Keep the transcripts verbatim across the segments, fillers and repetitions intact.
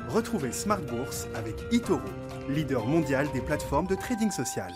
Retrouvez Smart Bourse avec eToro, leader mondial des plateformes de trading social.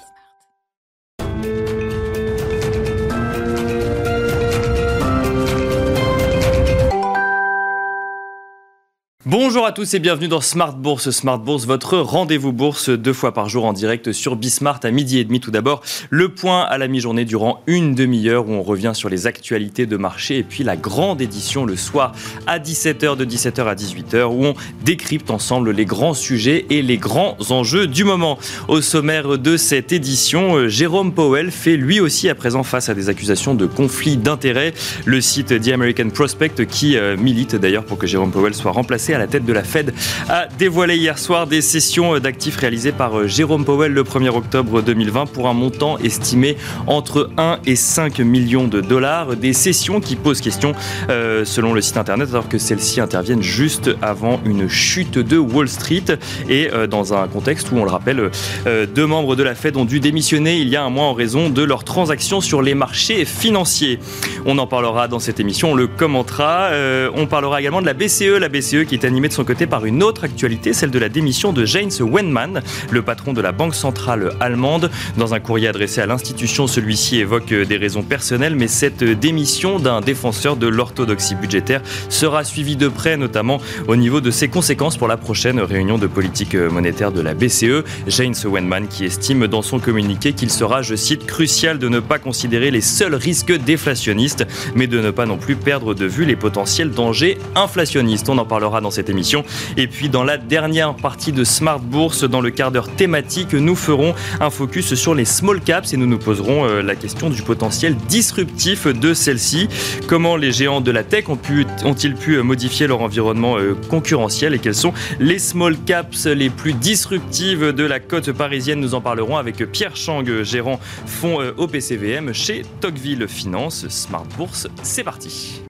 Bonjour à tous et bienvenue dans Smart Bourse. Smart Bourse, votre rendez-vous bourse deux fois par jour en direct sur Bismart à midi et demi. Tout d'abord, le point à la mi-journée durant une demi-heure où on revient sur les actualités de marché et puis la grande édition le soir à dix-sept heures, de dix-sept heures à dix-huit heures où on décrypte ensemble les grands sujets et les grands enjeux du moment. Au sommaire de cette édition, Jérôme Powell fait lui aussi à présent face à des accusations de conflit d'intérêts. Le site The American Prospect, qui milite d'ailleurs pour que Jérôme Powell soit remplacé à la tête de la Fed, a dévoilé hier soir des cessions d'actifs réalisées par Jérôme Powell le premier octobre deux mille vingt pour un montant estimé entre un et cinq millions de dollars. Des cessions qui posent question euh, selon le site internet alors que celles-ci interviennent juste avant une chute de Wall Street et euh, dans un contexte où, on le rappelle, euh, deux membres de la Fed ont dû démissionner il y a un mois en raison de leurs transactions sur les marchés financiers. On en parlera dans cette émission, on le commentera. Euh, on parlera également de la B C E, la B C E qui est animé de son côté par une autre actualité, celle de la démission de Jens Weinmann, le patron de la banque centrale allemande. Dans un courrier adressé à l'institution, celui-ci évoque des raisons personnelles, mais cette démission d'un défenseur de l'orthodoxie budgétaire sera suivie de près, notamment au niveau de ses conséquences pour la prochaine réunion de politique monétaire de la B C E. Jens Weinmann qui estime dans son communiqué qu'il sera, je cite, crucial de ne pas considérer les seuls risques déflationnistes, mais de ne pas non plus perdre de vue les potentiels dangers inflationnistes. On en parlera dans cette émission. Et puis dans la dernière partie de Smart Bourse, dans le quart d'heure thématique, nous ferons un focus sur les small caps et nous nous poserons euh, la question du potentiel disruptif de celles-ci. Comment les géants de la tech ont pu, ont-ils pu modifier leur environnement euh, concurrentiel et quelles sont les small caps les plus disruptives de la cote parisienne? Nous en parlerons avec Pierre Chang, gérant fonds euh, O P C V M chez Tocqueville Finance. Smart Bourse, c'est parti.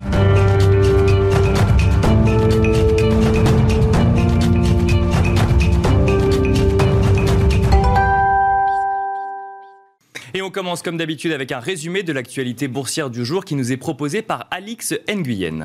Et on commence comme d'habitude avec un résumé de l'actualité boursière du jour qui nous est proposé par Alix Nguyen.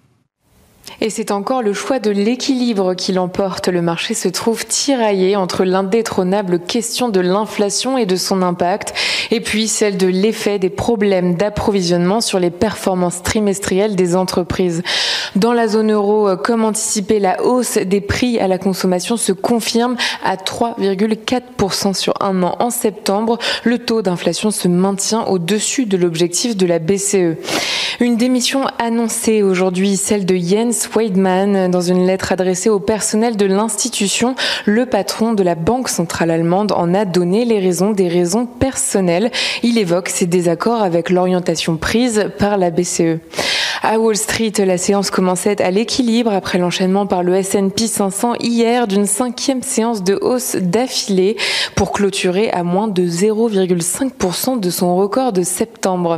Et c'est encore le choix de l'équilibre qui l'emporte. Le marché se trouve tiraillé entre l'indétrônable question de l'inflation et de son impact, et puis celle de l'effet des problèmes d'approvisionnement sur les performances trimestrielles des entreprises. Dans la zone euro, comme anticipé, la hausse des prix à la consommation se confirme à trois virgule quatre pour cent sur un an en septembre. Le taux d'inflation se maintient au-dessus de l'objectif de la B C E. Une démission annoncée aujourd'hui, celle de Jens Weinmann. Dans une lettre adressée au personnel de l'institution, le patron de la Banque centrale allemande en a donné les raisons, des raisons personnelles. Il évoque ses désaccords avec l'orientation prise par la B C E. À Wall Street, la séance commençait à l'équilibre après l'enchaînement par le S and P cinq cents hier d'une cinquième séance de hausse d'affilée pour clôturer à moins de zéro virgule cinq pour cent de son record de septembre.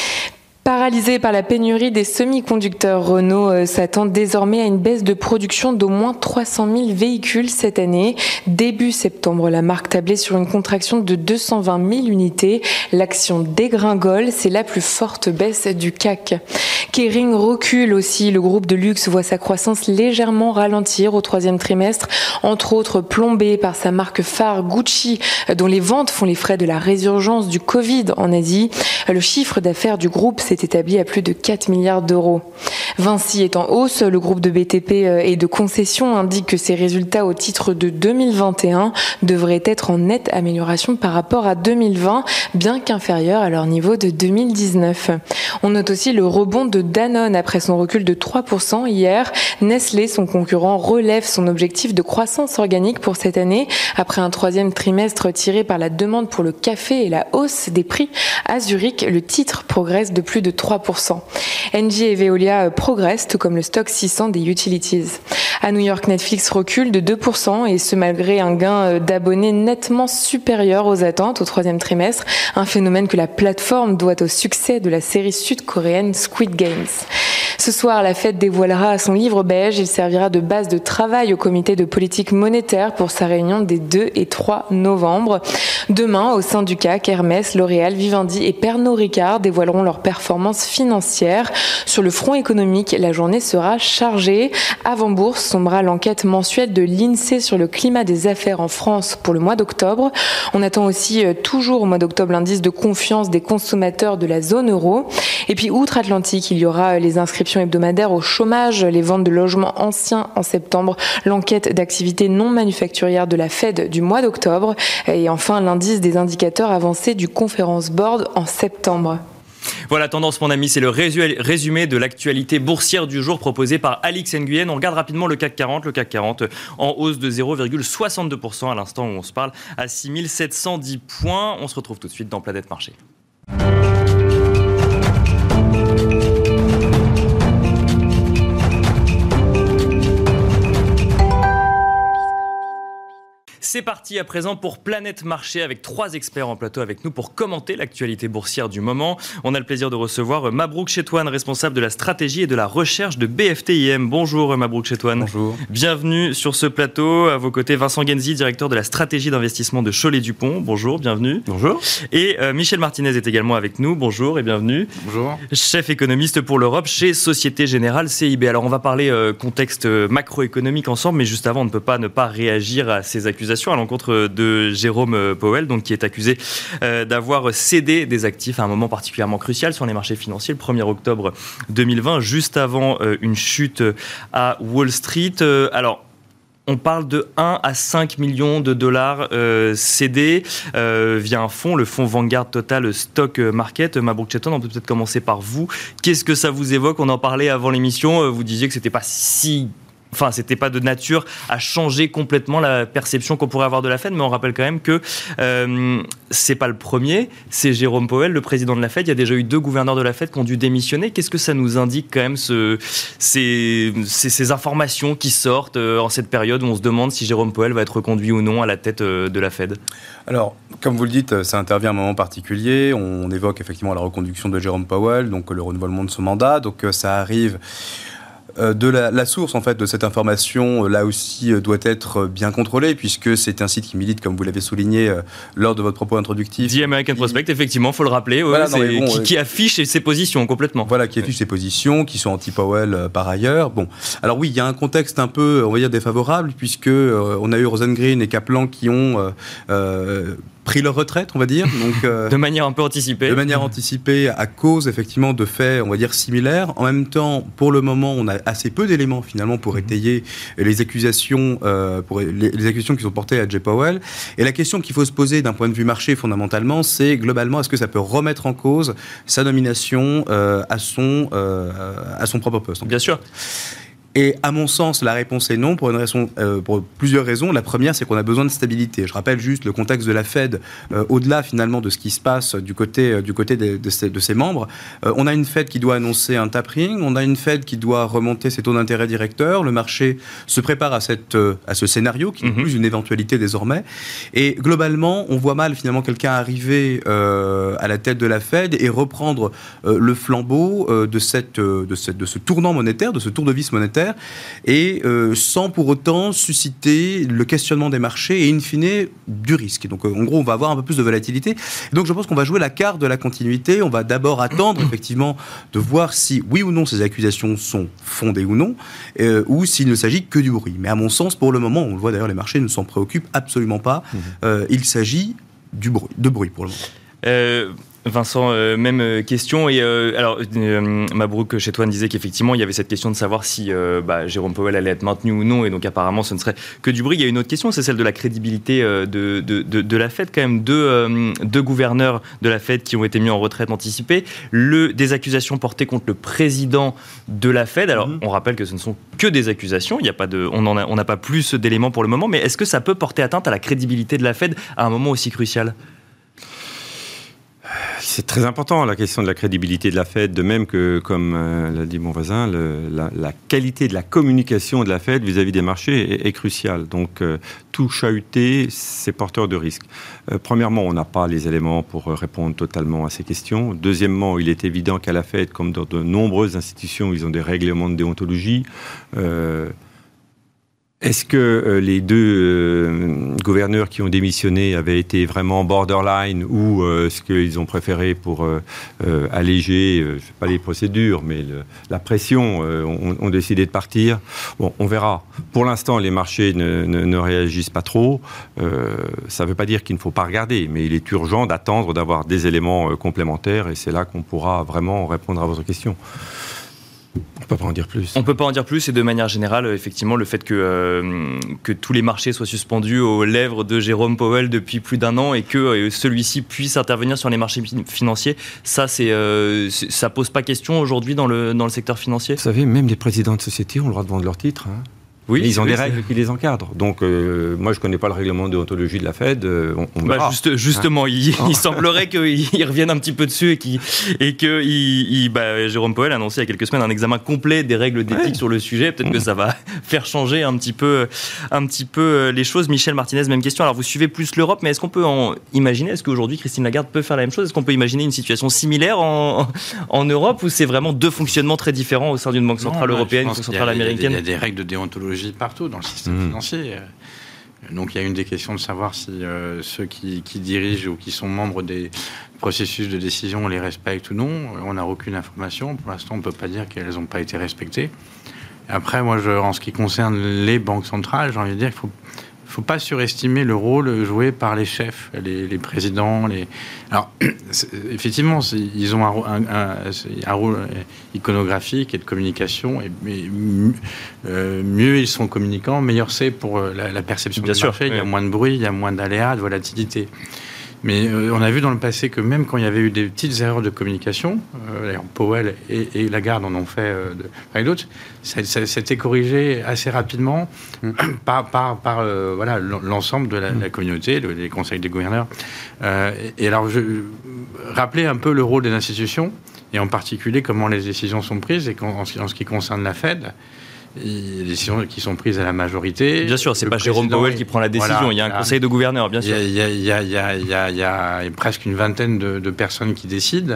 Paralysé par la pénurie des semi-conducteurs, Renault euh, s'attend désormais à une baisse de production d'au moins trois cent mille véhicules cette année. Début septembre, la marque tablait sur une contraction de deux cent vingt mille unités. L'action dégringole, c'est la plus forte baisse du C A C. Kering recule aussi. Le groupe de luxe voit sa croissance légèrement ralentir au troisième trimestre, entre autres plombée par sa marque phare Gucci, dont les ventes font les frais de la résurgence du Covid en Asie. Le chiffre d'affaires du groupe s'est établi à plus de quatre milliards d'euros. Vinci est en hausse. Le groupe de B T P et de concession indique que ses résultats au titre de deux mille vingt et un devraient être en nette amélioration par rapport à deux mille vingt, bien qu'inférieurs à leur niveau de deux mille dix-neuf. On note aussi le rebond de Danone après son recul de trois pour cent hier. Nestlé, son concurrent, relève son objectif de croissance organique pour cette année après un troisième trimestre tiré par la demande pour le café et la hausse des prix. À Zurich, le titre progresse de plus de trois pour cent. Engie et Veolia progressent, tout comme le stock six cents des utilities. À New York, Netflix recule de deux pour cent et ce malgré un gain d'abonnés nettement supérieur aux attentes au troisième trimestre, un phénomène que la plateforme doit au succès de la série sud-coréenne Squid Games. Ce soir, la Fed dévoilera son livre beige. Il servira de base de travail au comité de politique monétaire pour sa réunion des deux et trois novembre. Demain, au sein du C A C, Hermès, L'Oréal, Vivendi et Pernod Ricard dévoileront leurs performances financières. Sur le front économique, la journée sera chargée. Avant bourse, tombera l'enquête mensuelle de l'INSEE sur le climat des affaires en France pour le mois d'octobre. On attend aussi euh, toujours au mois d'octobre l'indice de confiance des consommateurs de la zone euro. Et puis outre-Atlantique, il y aura les inscriptions hebdomadaires au chômage, les ventes de logements anciens en septembre, l'enquête d'activité non manufacturière de la Fed du mois d'octobre et enfin l'indice des indicateurs avancés du Conference Board en septembre. Voilà, Tendance, mon ami, c'est le résumé de l'actualité boursière du jour proposé par Alix Nguyen. On regarde rapidement le C A C quarante. Le C A C quarante en hausse de zéro virgule soixante-deux pour cent à l'instant où on se parle, à six mille sept cent dix points. On se retrouve tout de suite dans Planète Marché. C'est parti à présent pour Planète Marché avec trois experts en plateau avec nous pour commenter l'actualité boursière du moment. On a le plaisir de recevoir Mabrouk Chetouane, responsable de la stratégie et de la recherche de B F T I M. Bonjour Mabrouk Chetouane. Bonjour. Bienvenue sur ce plateau. À vos côtés, Vincent Genzi, directeur de la stratégie d'investissement de Cholet-Dupont. Bonjour, bienvenue. Bonjour. Et euh, Michel Martinez est également avec nous. Bonjour et bienvenue. Bonjour. Chef économiste pour l'Europe chez Société Générale C I B. Alors on va parler euh, contexte macroéconomique ensemble, mais juste avant, on ne peut pas ne pas réagir à ces accusations à l'encontre de Jérôme Powell, donc, qui est accusé euh, d'avoir cédé des actifs à un moment particulièrement crucial sur les marchés financiers, le premier octobre deux mille vingt, juste avant euh, une chute à Wall Street. Euh, alors, on parle de un à cinq millions de dollars euh, cédés euh, via un fonds, le fonds Vanguard Total Stock Market. Mabrouk Chetouane, on peut peut-être commencer par vous. Qu'est-ce que ça vous évoque ? On en parlait avant l'émission, vous disiez que c'était pas si... Enfin, c'était pas de nature à changer complètement la perception qu'on pourrait avoir de la Fed, mais on rappelle quand même que euh, c'est pas le premier, c'est Jérôme Powell, le président de la Fed. Il y a déjà eu deux gouverneurs de la Fed qui ont dû démissionner. Qu'est-ce que ça nous indique quand même, ce, ces, ces, ces informations qui sortent euh, en cette période où on se demande si Jérôme Powell va être reconduit ou non à la tête euh, de la Fed ? Alors, comme vous le dites, ça intervient à un moment particulier. On évoque effectivement la reconduction de Jérôme Powell, donc le renouvellement de son mandat. Donc ça arrive... De la, la source en fait de cette information, là aussi, doit être bien contrôlée, puisque c'est un site qui milite, comme vous l'avez souligné euh, lors de votre propos introductif. The American Prospect, effectivement, il faut le rappeler, ouais, voilà, non, bon, qui, euh, qui affiche ses positions complètement. Voilà, qui affiche ses positions, qui sont anti-Powell euh, par ailleurs. Bon, alors oui, il y a un contexte un peu, on va dire, défavorable, puisque euh, on a eu Rosengren et Kaplan qui ont euh, euh, pris leur retraite, on va dire. Donc, euh, de manière un peu anticipée. De manière anticipée, à cause effectivement de faits, on va dire, similaires. En même temps, pour le moment, on a assez peu d'éléments finalement pour étayer les accusations, euh, pour les, les accusations qui sont portées à Jay Powell. Et la question qu'il faut se poser d'un point de vue marché fondamentalement, c'est globalement, est-ce que ça peut remettre en cause sa nomination euh, à son euh, à son propre poste. Bien sûr. Et à mon sens, la réponse est non, pour, une raison, euh, pour plusieurs raisons. La première, c'est qu'on a besoin de stabilité. Je rappelle juste le contexte de la Fed, euh, au-delà finalement de ce qui se passe du côté, euh, du côté de, de, ses, de ses membres. Euh, on a une Fed qui doit annoncer un tapering, on a une Fed qui doit remonter ses taux d'intérêt directeurs. Le marché se prépare à, cette, euh, à ce scénario, qui n'est mm-hmm. plus une éventualité désormais. Et globalement, on voit mal finalement quelqu'un arriver euh, à la tête de la Fed et reprendre euh, le flambeau euh, de, cette, euh, de, cette, de ce tournant monétaire, de ce tour de vis monétaire, et euh, sans pour autant susciter le questionnement des marchés et in fine du risque. Donc euh, en gros, on va avoir un peu plus de volatilité. Donc je pense qu'on va jouer la carte de la continuité. On va d'abord attendre effectivement de voir si oui ou non ces accusations sont fondées ou non, euh, ou s'il ne s'agit que du bruit. Mais à mon sens, pour le moment, on le voit d'ailleurs, les marchés ne s'en préoccupent absolument pas. Mmh. Euh, il s'agit du bruit, de bruit pour le moment. Euh... Vincent, euh, même question. Et euh, alors, euh, Mabrouk Chetouane disait qu'effectivement, il y avait cette question de savoir si euh, bah, Jérôme Powell allait être maintenu ou non. Et donc, apparemment, ce ne serait que du bruit. Il y a une autre question, c'est celle de la crédibilité euh, de, de, de, de la Fed. Quand même, deux, euh, deux gouverneurs de la Fed qui ont été mis en retraite anticipée. Le, des accusations portées contre le président de la Fed. Alors, mm-hmm. on rappelle que ce ne sont que des accusations. Il y a pas de, on n'a on n'a pas plus d'éléments pour le moment. Mais est-ce que ça peut porter atteinte à la crédibilité de la Fed à un moment aussi crucial ? C'est très important, la question de la crédibilité de la Fed, de même que, comme euh, l'a dit mon voisin, le, la, la qualité de la communication de la Fed vis-à-vis des marchés est, est cruciale. Donc, euh, tout chahuter, c'est porteur de risque. Euh, premièrement, on n'a pas les éléments pour répondre totalement à ces questions. Deuxièmement, il est évident qu'à la Fed, comme dans de nombreuses institutions, ils ont des règlements de déontologie. Euh, Est-ce que euh, les deux euh, gouverneurs qui ont démissionné avaient été vraiment borderline ou euh, est-ce qu'ils ont préféré pour euh, euh, alléger, euh, je ne sais pas les procédures, mais le, la pression, euh, ont, ont décidé de partir? Bon, on verra. Pour l'instant, les marchés ne, ne, ne réagissent pas trop. Euh, ça ne veut pas dire qu'il ne faut pas regarder, mais il est urgent d'attendre, d'avoir des éléments euh, complémentaires et c'est là qu'on pourra vraiment répondre à votre question. On ne peut pas en dire plus. On ne peut pas en dire plus et de manière générale, effectivement, le fait que, euh, que tous les marchés soient suspendus aux lèvres de Jérôme Powell depuis plus d'un an et que euh, celui-ci puisse intervenir sur les marchés financiers, ça, c'est, euh, c'est, ça pose pas question aujourd'hui dans le, dans le secteur financier? Vous savez, même les présidents de sociétés ont le droit de vendre leurs titres. Hein. Oui, ils ont oui, des règles c'est... qui les encadrent. Donc, euh, moi, je ne connais pas le règlement de déontologie de la Fed. Euh, on, on bah juste, justement, hein. il, il semblerait qu'ils reviennent un petit peu dessus et, qu'il, et que il, il, bah, Jérôme Powell a annoncé il y a quelques semaines un examen complet des règles d'éthique ouais. sur le sujet. Peut-être mmh. que ça va faire changer un petit peu, un petit peu les choses. Michel Martinez, même question. Alors, vous suivez plus l'Europe, mais est-ce qu'on peut en imaginer, est-ce qu'aujourd'hui, Christine Lagarde peut faire la même chose? Est-ce qu'on peut imaginer une situation similaire en, en Europe ou c'est vraiment deux fonctionnements très différents au sein d'une banque centrale non, européenne, une banque centrale américaine? Il y a des règles de déontologie partout dans le système mmh. financier. Donc il y a une des questions de savoir si euh, ceux qui, qui dirigent ou qui sont membres des processus de décision les respectent ou non. On n'a aucune information. Pour l'instant, on ne peut pas dire qu'elles n'ont pas été respectées. Après, moi, je, en ce qui concerne les banques centrales, j'ai envie de dire qu'il faut il ne faut pas surestimer le rôle joué par les chefs, les, les présidents. Les... Alors, effectivement, ils ont un, un, un, un rôle iconographique et de communication. Et, et euh, mieux ils sont communicants, meilleur c'est pour la, la perception Bien du sûr, marché. oui. Il y a moins de bruit, il y a moins d'aléas, de volatilité. Mais euh, on a vu dans le passé que même quand il y avait eu des petites erreurs de communication, euh, Powell et, et Lagarde en ont fait euh, de, avec d'autres, ça, ça, ça s'était corrigé assez rapidement mmh. par, par, par euh, voilà, l'ensemble de la, mmh. la communauté, le, les conseils des gouverneurs. Euh, et, et alors, je, rappeler un peu le rôle des institutions, et en particulier comment les décisions sont prises, et en, en ce qui concerne la Fed, il y a des décisions qui sont prises à la majorité. Bien sûr, c'est pas Jérôme Powell qui prend la décision. Voilà, il y a un conseil de gouverneurs, bien sûr. Il y a, il y a, il y a, il y a, il y a presque une vingtaine de, de personnes qui décident.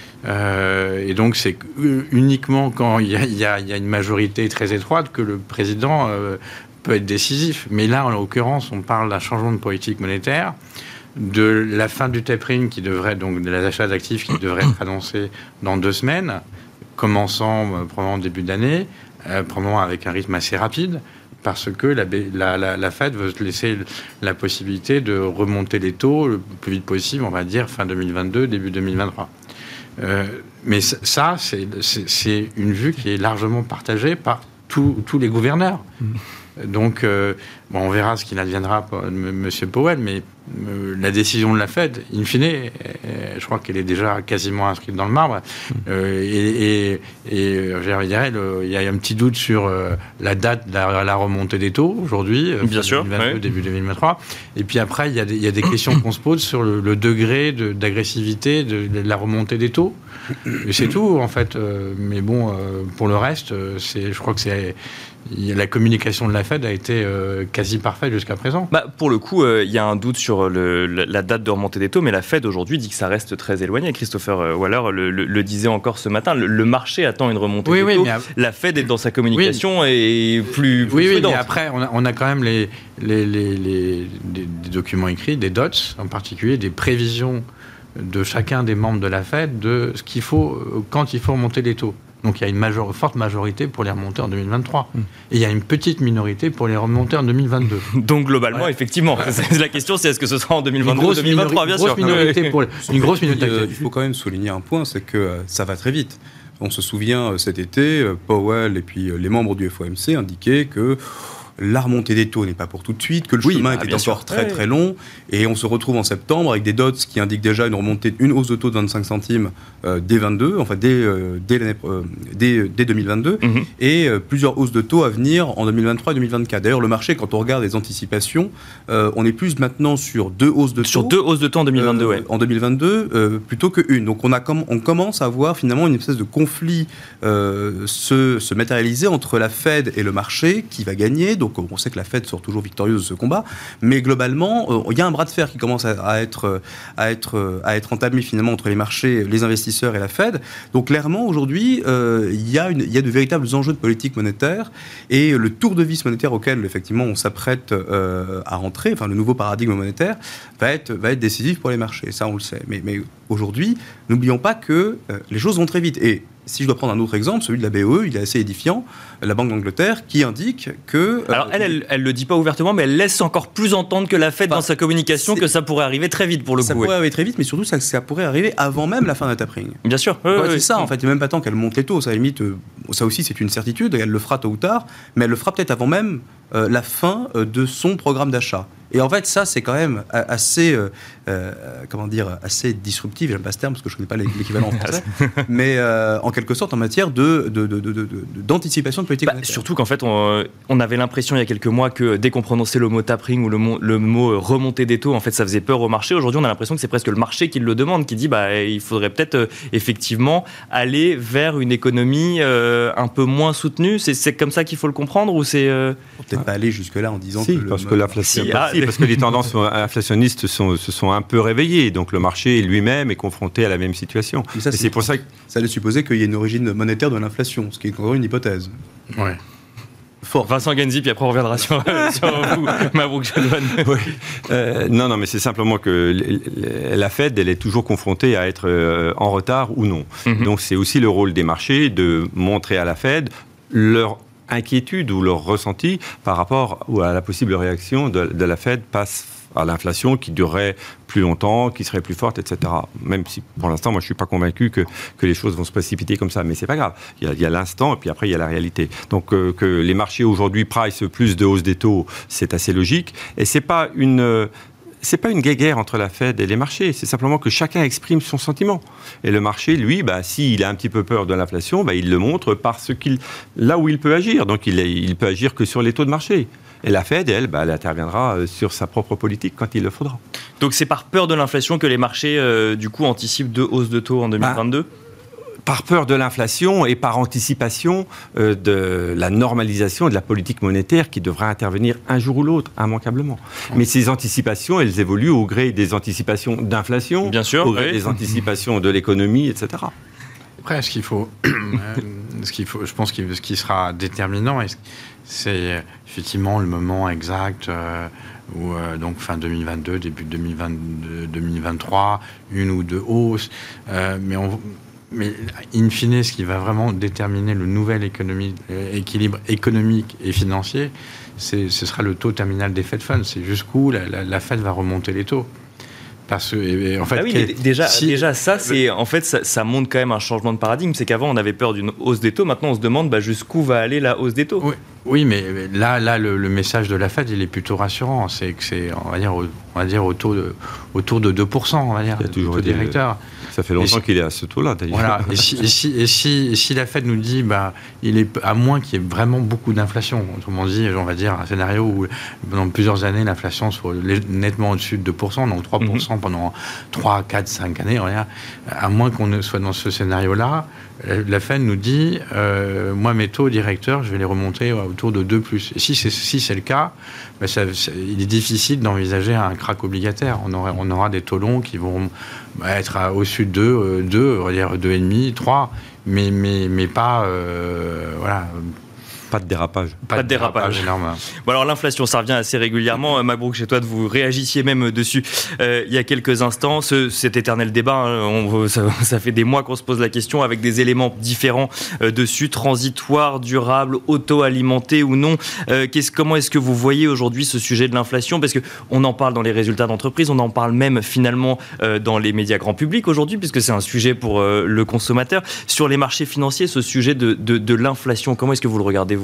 Euh, et donc, c'est uniquement quand il y, a, il, y a, il y a une majorité très étroite que le président euh, peut être décisif. Mais là, en l'occurrence, on parle d'un changement de politique monétaire, de la fin du tapering qui devrait, donc de l'achat d'actifs qui devrait être annoncé dans deux semaines, commençant euh, probablement début d'année. Euh, probablement avec un rythme assez rapide, parce que la, la, la, la Fed veut se laisser la possibilité de remonter les taux le plus vite possible, on va dire fin deux mille vingt-deux, début deux mille vingt-trois. Euh, mais ça, c'est, c'est, c'est une vue qui est largement partagée par tous, tous les gouverneurs. Mmh. Donc, euh, bon, on verra ce qu'il adviendra pour M. Powell, mais euh, la décision de la Fed, in fine, euh, je crois qu'elle est déjà quasiment inscrite dans le marbre. Euh, et, et, et je dirais, le, il y a un petit doute sur euh, la date de la, la remontée des taux aujourd'hui, euh, bien sûr, deux mille vingt-deux, oui. début deux mille vingt-trois. Et puis après, il y a des, il y a des questions qu'on se pose sur le, le degré de, d'agressivité de, de la remontée des taux. Et c'est tout, en fait. Euh, mais bon, euh, pour le reste, c'est, je crois que c'est... La communication de la Fed a été euh, quasi parfaite jusqu'à présent. Bah, pour le coup, il euh, y a un doute sur le, la date de remontée des taux, mais la Fed aujourd'hui dit que ça reste très éloigné. Christopher Waller le, le, le disait encore ce matin, le, le marché attend une remontée oui, des oui, taux. À... La Fed est dans sa communication oui, et plus, plus oui, prudente. Oui, mais après, on a, on a quand même les, les, les, les, des, des documents écrits, des dots, en particulier des prévisions de chacun des membres de la Fed de ce qu'il faut quand il faut remonter les taux. Donc il y a une major, forte majorité pour les remonter en deux mille vingt-trois. Mmh. Et il y a une petite minorité pour les remonter en deux mille vingt-deux. Donc globalement, ouais. effectivement, ouais. la question c'est est-ce que ce sera en deux mille vingt-deux ou deux mille vingt-trois, bien sûr. Minorité pour les, une grosse minorité. Euh, il faut quand même souligner un point, c'est que euh, ça va très vite. On se souvient euh, cet été, euh, Powell et puis euh, les membres du F O M C indiquaient que la remontée des taux n'est pas pour tout de suite, que le oui, chemin bah, était encore sûr. très ouais. très long, et on se retrouve en septembre avec des dots qui indiquent déjà une remontée, une hausse de taux de vingt-cinq centimes euh, dès vingt-deux, enfin dès, euh, dès, l'année, euh, dès, dès deux mille vingt-deux, mm-hmm. et euh, plusieurs hausses de taux à venir en deux mille vingt-trois et deux mille vingt-quatre. D'ailleurs, le marché, quand on regarde les anticipations, euh, on est plus maintenant sur deux hausses de taux. Sur deux hausses de taux en deux mille vingt-deux, euh, ouais. En deux mille vingt-deux, euh, plutôt qu'une. Donc on, a com- on commence à voir finalement une espèce de conflit euh, se, se matérialiser entre la Fed et le marché, qui va gagner. Donc on sait que la Fed sort toujours victorieuse de ce combat, mais globalement, il euh, y a un bras de fer qui commence à, à, être, à, être, à être entamé finalement entre les marchés, les investisseurs et la Fed. Donc clairement, aujourd'hui, euh, il y a une, il y a de véritables enjeux de politique monétaire, et le tour de vis monétaire auquel effectivement on s'apprête euh, à rentrer, enfin le nouveau paradigme monétaire, va être, va être décisif pour les marchés. Ça, on le sait. Mais, mais aujourd'hui, n'oublions pas que euh, les choses vont très vite. Et si je dois prendre un autre exemple, celui de la B O E, il est assez édifiant, la Banque d'Angleterre, qui indique que... Euh, Alors elle, elle, elle le dit pas ouvertement, mais elle laisse encore plus entendre que la Fed bah, dans sa communication que ça pourrait arriver très vite pour le ça coup. Ça pourrait ouais. arriver très vite, mais surtout ça, ça pourrait arriver avant même la fin d'un tapering. Bien sûr. Ouais, ouais, ouais, c'est ouais, ça, ouais. en fait. Il n'y a même pas tant qu'elle monte les taux. Ça, à la limite, euh, ça aussi, c'est une certitude. Elle le fera tôt ou tard, mais elle le fera peut-être avant même euh, la fin euh, de son programme d'achat. Et en fait, ça, c'est quand même assez, euh, euh, comment dire, assez disruptif. J'aime pas ce terme parce que je ne connais pas l'équivalent en français. Mais euh, en quelque sorte, en matière de, de, de, de, de, d'anticipation de politique bah, monétaire. Surtout qu'en fait, on, on avait l'impression il y a quelques mois que dès qu'on prononçait le mot tapering ou le mot, le mot remontée des taux, en fait, ça faisait peur au marché. Aujourd'hui, on a l'impression que c'est presque le marché qui le demande, qui dit bah, il faudrait peut-être euh, effectivement aller vers une économie euh, un peu moins soutenue. C'est, c'est comme ça qu'il faut le comprendre ou c'est euh... peut-être ah. pas aller jusque-là en disant si, que... parce le... que l'inflation... Si, ah, si, parce que les tendances inflationnistes sont, se sont un peu réveillées, donc le marché lui-même est confronté à la même situation. Mais ça, et c'est, c'est pour ça que... ça allait supposer qu'il y ait une origine monétaire de l'inflation, ce qui est encore une hypothèse. Ouais. Fort. Vincent Genzi, puis après on reviendra sur, sur vous, Mabrouk Chadouane. Oui. Euh, non, non, mais c'est simplement que la Fed, elle est toujours confrontée à être en retard ou non. Mm-hmm. Donc c'est aussi le rôle des marchés de montrer à la Fed leur inquiétude ou leur ressenti par rapport à la possible réaction de, de la Fed face à l'inflation qui durerait plus longtemps, qui serait plus forte, et cetera. Même si, pour l'instant, moi, je ne suis pas convaincu que, que les choses vont se précipiter comme ça. Mais ce n'est pas grave. Il y, a, il y a l'instant, et puis après, il y a la réalité. Donc, euh, que les marchés, aujourd'hui, price plus de hausse des taux, c'est assez logique. Et ce n'est pas une... Euh, c'est pas une guéguerre entre la Fed et les marchés, c'est simplement que chacun exprime son sentiment. Et le marché, lui, bah, s'il a un petit peu peur de l'inflation, bah, il le montre parce qu'il, là où il peut agir. Donc il, il peut agir que sur les taux de marché. Et la Fed, elle, bah, elle interviendra sur sa propre politique quand il le faudra. Donc c'est par peur de l'inflation que les marchés, euh, du coup, anticipent deux hausses de taux en deux mille vingt-deux bah, par peur de l'inflation et par anticipation euh, de la normalisation de la politique monétaire qui devra intervenir un jour ou l'autre, immanquablement. Mmh. Mais ces anticipations, elles évoluent au gré des anticipations d'inflation, bien sûr, au gré oui. des anticipations de l'économie, et cetera. Après, ce qu'il faut, ce qu'il faut, je pense que ce qui sera déterminant, c'est effectivement le moment exact euh, où, euh, donc fin deux mille vingt-deux, début deux mille vingt-deux, deux mille vingt-trois, une ou deux hausses, euh, mais on Mais in fine, ce qui va vraiment déterminer le nouvel économie, équilibre économique et financier, c'est, ce sera le taux terminal des Fed Funds. C'est jusqu'où la, la, la Fed va remonter les taux. Parce que, et, en fait, ah oui, mais déjà, si, déjà, ça, c'est, en fait, ça, ça montre quand même un changement de paradigme. C'est qu'avant, on avait peur d'une hausse des taux. Maintenant, on se demande bah, jusqu'où va aller la hausse des taux. Oui, oui mais là, là le, le message de la Fed, il est plutôt rassurant. C'est que c'est, on va dire, on va dire autour, de, autour de deux pour cent, on va dire, il y a toujours taux des directeur. Ça fait longtemps si, qu'il est à ce taux-là, d'ailleurs. Voilà. Et si, et si, et si, et si la Fed nous dit, bah, il est à moins qu'il y ait vraiment beaucoup d'inflation, autrement dit, on va dire un scénario où pendant plusieurs années, l'inflation soit nettement au-dessus de deux pour cent, donc trois pour cent mm-hmm. pendant trois, quatre, cinq années, on va dire, à moins qu'on soit dans ce scénario-là, la Fed nous dit, euh, moi, mes taux directeurs, je vais les remonter autour de deux plus. Et si c'est, si c'est le cas, bah, ça, ça, il est difficile d'envisager un crack obligataire. On aura, on aura des taux longs qui vont bah, être à, au-dessus de deux, deux, on va dire deux virgule cinq, trois, mais, mais, mais pas... Euh, voilà... Pas de dérapage. Pas, pas de dérapage. dérapage énorme. Bon alors l'inflation, ça revient assez régulièrement. Mabrouk, chez toi, vous réagissiez même dessus euh, il y a quelques instants. Ce, cet éternel débat, hein, on, ça, ça fait des mois qu'on se pose la question avec des éléments différents euh, dessus, transitoire, durable, auto-alimenté ou non. Euh, qu'est-ce, comment est-ce que vous voyez aujourd'hui ce sujet de l'inflation ? Parce qu'on en parle dans les résultats d'entreprise, on en parle même finalement euh, dans les médias grand public aujourd'hui, puisque c'est un sujet pour euh, le consommateur. Sur les marchés financiers, ce sujet de, de, de l'inflation, comment est-ce que vous le regardez, vous ?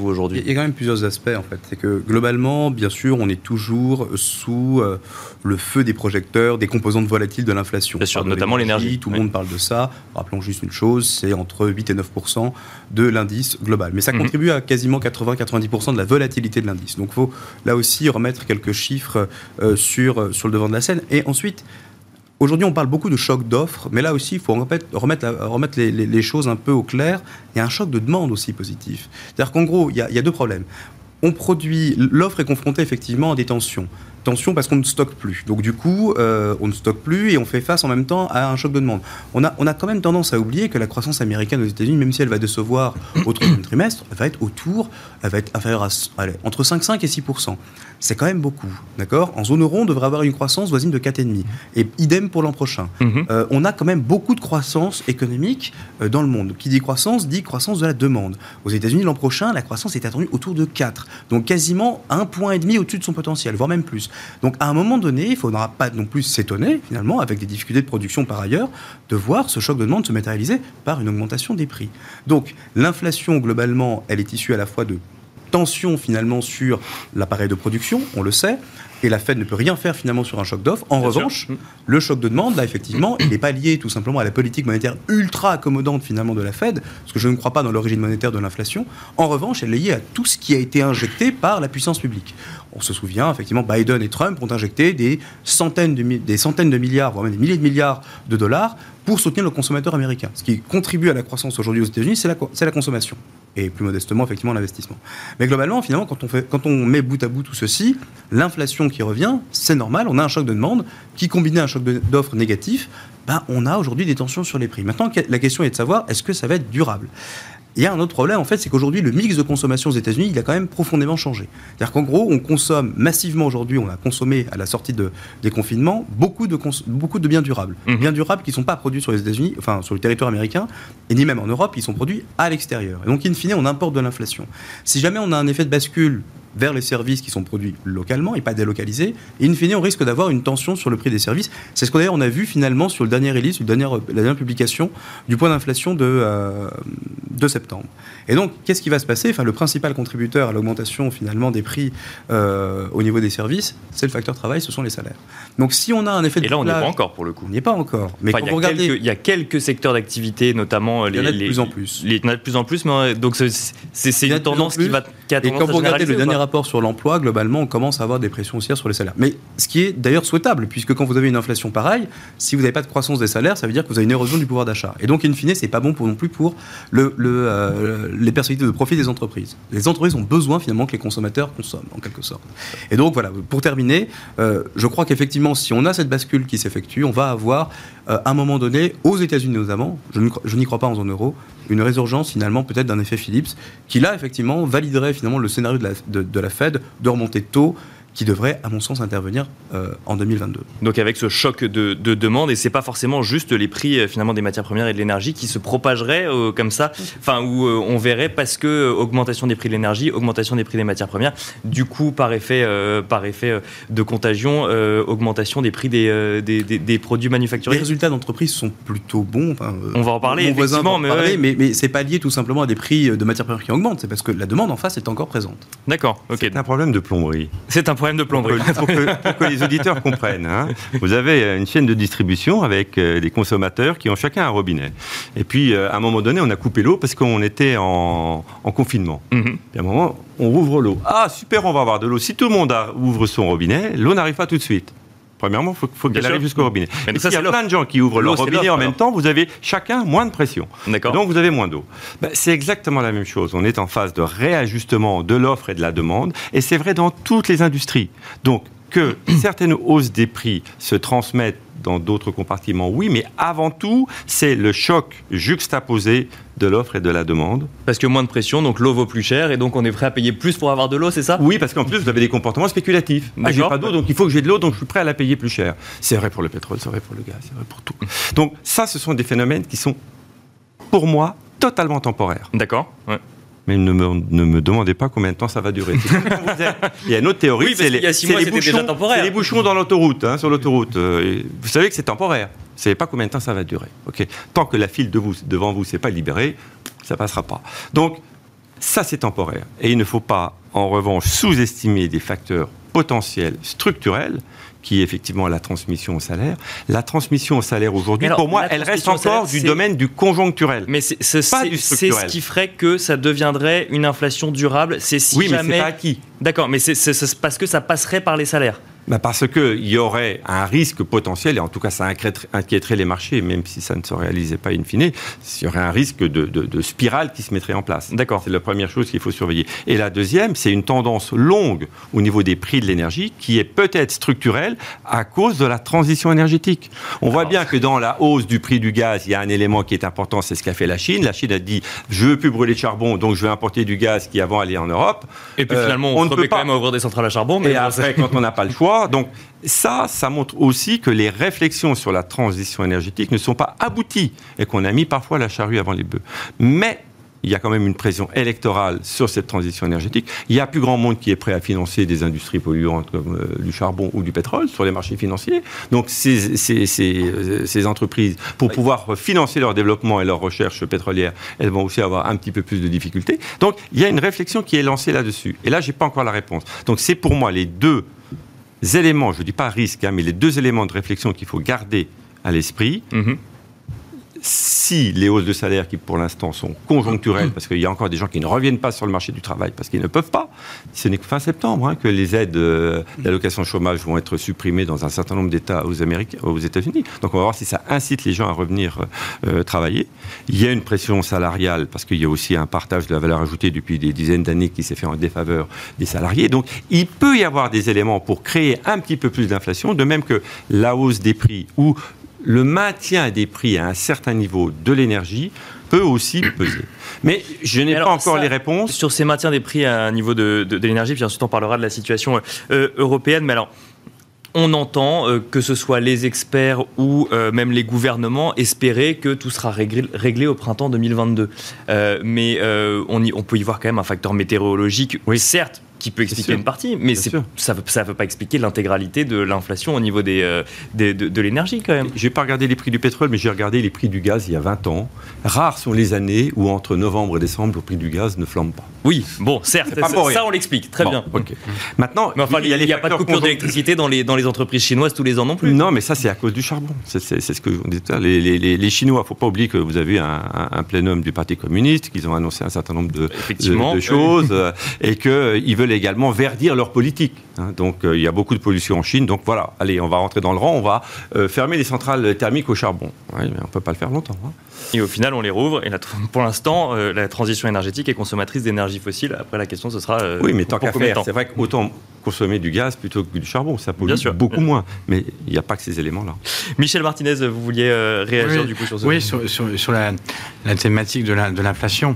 vous aujourd'hui ? Il y a quand même plusieurs aspects en fait. C'est que globalement, bien sûr, on est toujours sous euh, le feu des projecteurs, des composantes volatiles de l'inflation. Bien sûr, notamment l'énergie. Tout le oui. monde parle de ça. Rappelons juste une chose, c'est entre huit et neuf pour cent de l'indice global. Mais ça Mhm. contribue à quasiment quatre-vingts à quatre-vingt-dix pour cent de la volatilité de l'indice. Donc il faut là aussi remettre quelques chiffres euh, sur, sur le devant de la scène. Et ensuite, aujourd'hui, on parle beaucoup de choc d'offres, mais là aussi, il faut remettre, remettre, la, remettre les, les, les choses un peu au clair. Il y a un choc de demande aussi positif. C'est-à-dire qu'en gros, il y a, il y a deux problèmes. On produit, l'offre est confrontée effectivement à des tensions. Tensions parce qu'on ne stocke plus. Donc du coup, euh, on ne stocke plus et on fait face en même temps à un choc de demande. On a, on a quand même tendance à oublier que la croissance américaine aux États-Unis, même si elle va décevoir au troisième trimestre, elle va être autour, elle va être inférieure à, allez, entre cinq virgule cinq et six pour cent. C'est quand même beaucoup, d'accord ? En zone euro, on devrait avoir une croissance voisine de quatre virgule cinq. Et idem pour l'an prochain. Mhm. Euh, on a quand même beaucoup de croissance économique euh, dans le monde. Qui dit croissance, dit croissance de la demande. Aux États-Unis, l'an prochain, la croissance est attendue autour de quatre. Donc quasiment un point et demi au-dessus de son potentiel, voire même plus. Donc à un moment donné, il ne faudra pas non plus s'étonner, finalement, avec des difficultés de production par ailleurs, de voir ce choc de demande se matérialiser par une augmentation des prix. Donc l'inflation, globalement, elle est issue à la fois de tension finalement sur l'appareil de production, on le sait, et la Fed ne peut rien faire finalement sur un choc d'offres. En Bien revanche, sûr. le choc de demande, là effectivement, il n'est pas lié tout simplement à la politique monétaire ultra accommodante finalement de la Fed, parce que je ne crois pas dans l'origine monétaire de l'inflation. En revanche, elle est liée à tout ce qui a été injecté par la puissance publique. On se souvient, effectivement, Biden et Trump ont injecté des centaines de, des centaines de milliards, voire même des milliers de milliards de dollars pour soutenir le consommateur américain. Ce qui contribue à la croissance aujourd'hui aux États-Unis, c'est la, c'est la consommation. Et plus modestement, effectivement, l'investissement. Mais globalement, finalement, quand on, fait, quand on met bout à bout tout ceci, l'inflation qui revient, c'est normal, on a un choc de demande qui, combiné à un choc de, d'offres négatif, ben, on a aujourd'hui des tensions sur les prix. Maintenant, la question est de savoir, est-ce que ça va être durable ? Il y a un autre problème, en fait, c'est qu'aujourd'hui, le mix de consommation aux États-Unis, il a quand même profondément changé. C'est-à-dire qu'en gros, on consomme massivement aujourd'hui, on a consommé à la sortie de, des confinements, beaucoup de, cons- beaucoup de biens durables. Mmh. Biens durables qui ne sont pas produits sur les États-Unis, enfin sur le territoire américain, et ni même en Europe, ils sont produits à l'extérieur. Et donc, in fine, on importe de l'inflation. Si jamais on a un effet de bascule vers les services qui sont produits localement et pas délocalisés, et in fine, on risque d'avoir une tension sur le prix des services. C'est ce qu'on d'ailleurs on a vu finalement sur le dernier release, sur le dernier, la dernière publication du point d'inflation de, euh, de septembre. Et donc, qu'est-ce qui va se passer ? Enfin, le principal contributeur à l'augmentation finalement des prix euh, au niveau des services, c'est le facteur travail, ce sont les salaires. Donc, si on a un effet de Et là, on n'y est couplage- pas encore pour le coup. on n'y est pas encore. Mais Enfin, quand il, y vous a regardez, quelques, il y a quelques secteurs d'activité, notamment les. il y en a de les- plus en plus. les- il y en a de plus en plus, mais euh, donc c'est, c'est, c'est Il y en a une de plus en tendance qui plus. va. Qui a Et tendance quand à vous regardez généraliser le ou dernier pas rapport sur l'emploi, globalement, on commence à avoir des pressions haussières sur les salaires. Mais ce qui est d'ailleurs souhaitable, puisque quand vous avez une inflation pareille, si vous n'avez pas de croissance des salaires, ça veut dire que vous avez une érosion du pouvoir d'achat. Et donc, in fine, c'est pas bon pour, non plus pour le, le, euh, les perspectives de profit des entreprises. Les entreprises ont besoin finalement que les consommateurs consomment, en quelque sorte. Et donc, voilà, pour terminer, euh, je crois qu'effectivement, si on a cette bascule qui s'effectue, on va avoir, euh, à un moment donné, aux États-Unis notamment, je, ne, je n'y crois pas en zone euro, une résurgence finalement peut-être d'un effet Phillips qui là effectivement validerait finalement le scénario de la, de, de la Fed de remontée de taux qui devrait, à mon sens, intervenir euh, en deux mille vingt-deux. Donc avec ce choc de, de demande, et c'est pas forcément juste les prix euh, finalement des matières premières et de l'énergie qui se propageraient euh, comme ça, enfin où euh, on verrait parce que euh, augmentation des prix de l'énergie, augmentation des prix des matières premières, du coup par effet, euh, par effet euh, de contagion, euh, augmentation des prix des, euh, des, des, des produits manufacturés. Les résultats d'entreprise sont plutôt bons. Enfin, euh, On va en parler, mon voisin va en effectivement, mais parler, ouais. mais, mais c'est pas lié tout simplement à des prix de matières premières qui augmentent, c'est parce que la demande en face est encore présente. D'accord, ok. C'est un problème de plomberie. C'est un problème de Pour plomberie. que, pour que- pour que les auditeurs comprennent. hein. Vous avez une chaîne de distribution avec euh, des consommateurs qui ont chacun un robinet. Et puis, euh, à un moment donné, on a coupé l'eau parce qu'on était en, en confinement. Mhm. Et à un moment, on rouvre l'eau. Ah, super, on va avoir de l'eau. Si tout le monde a- ouvre son robinet, l'eau n'arrive pas tout de suite. Premièrement, il faut, faut qu'elle sûr. arrive jusqu'au robinet. Mais Et ça, s'il y a c'est l'offre. plein de gens qui ouvrent L'eau, leur c'est robinet l'offre, en même alors. temps, vous avez chacun moins de pression. D'accord. Donc vous avez moins d'eau. Ben, c'est exactement la même chose. On est en phase de réajustement de l'offre et de la demande. Et c'est vrai dans toutes les industries. Donc que certaines hausses des prix se transmettent dans d'autres compartiments, oui, mais avant tout, c'est le choc juxtaposé de l'offre et de la demande. Parce que moins de pression, donc l'eau vaut plus cher, et donc on est prêt à payer plus pour avoir de l'eau, c'est ça ? Oui, parce qu'en plus, vous avez des comportements spéculatifs. Ah, j'ai D'accord. pas d'eau, donc il faut que j'ai de l'eau, donc je suis prêt à la payer plus cher. C'est vrai pour le pétrole, c'est vrai pour le gaz, c'est vrai pour tout. Donc ça, ce sont des phénomènes qui sont, pour moi, totalement temporaires. D'accord. Ouais. Mais ne me, ne me demandez pas combien de temps ça va durer. C'est comme quand vous êtes- Il y a une autre théorie, Oui, parce c'est qu'il les, y a six c'est mois, les c'était déjà bouchons, temporaire. c'est les bouchons dans l'autoroute, hein, sur l'autoroute. Euh, et vous savez que c'est temporaire. Vous ne savez pas combien de temps ça va durer. Ok. Tant que la file de vous, devant vous ne s'est pas libérée, ça ne passera pas. Donc, Ça, c'est temporaire. Et il ne faut pas, en revanche, sous-estimer des facteurs potentiels structurels qui est effectivement la transmission au salaire. La transmission au salaire aujourd'hui, alors, pour moi, elle reste encore salaire, du c'est... domaine du conjoncturel. Mais c'est, c'est, pas c'est, du structurel. C'est ce qui ferait que ça deviendrait une inflation durable. C'est si oui, jamais... mais c'est pas acquis. D'accord, mais c'est, c'est, c'est parce que ça passerait par les salaires. Bah parce qu'il y aurait un risque potentiel, et en tout cas ça inquiéterait les marchés, même si ça ne se réalisait pas in fine, il y aurait un risque de, de, de spirale qui se mettrait en place. D'accord. C'est la première chose qu'il faut surveiller. Et la deuxième, c'est une tendance longue au niveau des prix de l'énergie qui est peut-être structurelle à cause de la transition énergétique. On Alors, voit bien que dans la hausse du prix du gaz, il y a un élément qui est important, c'est ce qu'a fait la Chine. La Chine a dit, je ne veux plus brûler de charbon, donc je vais importer du gaz qui avant allait en Europe. Et puis euh, finalement, on, on se remet quand même à ouvrir des centrales à charbon. Mais et après, quand on n'a pas le choix, donc ça, ça montre aussi que les réflexions sur la transition énergétique ne sont pas abouties et qu'on a mis parfois la charrue avant les bœufs. Mais il y a quand même une pression électorale sur cette transition énergétique. Il y a plus grand monde qui est prêt à financer des industries polluantes comme euh, du charbon ou du pétrole sur les marchés financiers. Donc ces, ces, ces, ces entreprises, pour oui. pouvoir financer leur développement et leur recherche pétrolière, elles vont aussi avoir un petit peu plus de difficultés. Donc il y a une réflexion qui est lancée là-dessus. Et là, je n'ai pas encore la réponse. Donc c'est pour moi les deux éléments, je ne dis pas risque, hein, mais les deux éléments de réflexion qu'il faut garder à l'esprit. Mm-hmm. Si les hausses de salaire qui pour l'instant sont conjoncturelles, parce qu'il y a encore des gens qui ne reviennent pas sur le marché du travail parce qu'ils ne peuvent pas, ce n'est que fin septembre hein, que les aides euh, d'allocation chômage vont être supprimées dans un certain nombre d'États aux, Américains, aux États-Unis. Donc on va voir si ça incite les gens à revenir euh, travailler. Il y a une pression salariale parce qu'il y a aussi un partage de la valeur ajoutée depuis des dizaines d'années qui s'est fait en défaveur des salariés. Donc il peut y avoir des éléments pour créer un petit peu plus d'inflation, de même que la hausse des prix ou le maintien des prix à un certain niveau de l'énergie peut aussi peser. Mais je n'ai alors, pas encore ça, les réponses. Sur ces maintiens des prix à un niveau de, de, de l'énergie, puis ensuite on parlera de la situation euh, européenne, mais alors... On entend, euh, que ce soit les experts ou euh, même les gouvernements, espérer que tout sera réglé, réglé au printemps deux mille vingt-deux. Euh, mais euh, on, y, on peut y voir quand même un facteur météorologique, oui, certes, qui peut expliquer une partie, mais c'est, ça ne veut pas expliquer l'intégralité de l'inflation au niveau des, euh, des, de, de l'énergie quand même. Je n'ai pas regardé les prix du pétrole, mais j'ai regardé les prix du gaz il y a vingt ans. Rares sont les années où entre novembre et décembre, le prix du gaz ne flambe pas. Oui, bon, certes, ça, ça on l'explique, très bon, bien. Okay. Maintenant, mais enfin, il n'y a, a pas de coupure conjoncturels. d'électricité dans les, dans les entreprises chinoises tous les ans non plus. Non, mais ça c'est à cause du charbon. C'est, c'est, c'est ce que on dit tout à l'heure. Les, les, les, les Chinois, il ne faut pas oublier que vous avez un, un, un plénum du Parti communiste, qu'ils ont annoncé un certain nombre de, de, de choses, euh, et qu'ils veulent également verdir leur politique. Hein. Donc euh, il y a beaucoup de pollution en Chine. Donc voilà, allez, on va rentrer dans le rang, on va euh, fermer les centrales thermiques au charbon. Ouais, mais on ne peut pas le faire longtemps. Hein. Et au final, on les rouvre. Et la, pour l'instant, euh, la transition énergétique est consommatrice d'énergie fossile. Après, la question, ce sera... Euh, oui, mais tant qu'à faire, c'est vrai qu'autant consommer du gaz plutôt que du charbon, ça pollue beaucoup moins. Mais il n'y a pas que ces éléments-là. Michel Martinez, vous vouliez euh, réagir oui, du coup sur ce Oui, sur, sur, sur la, la thématique de, la, de l'inflation.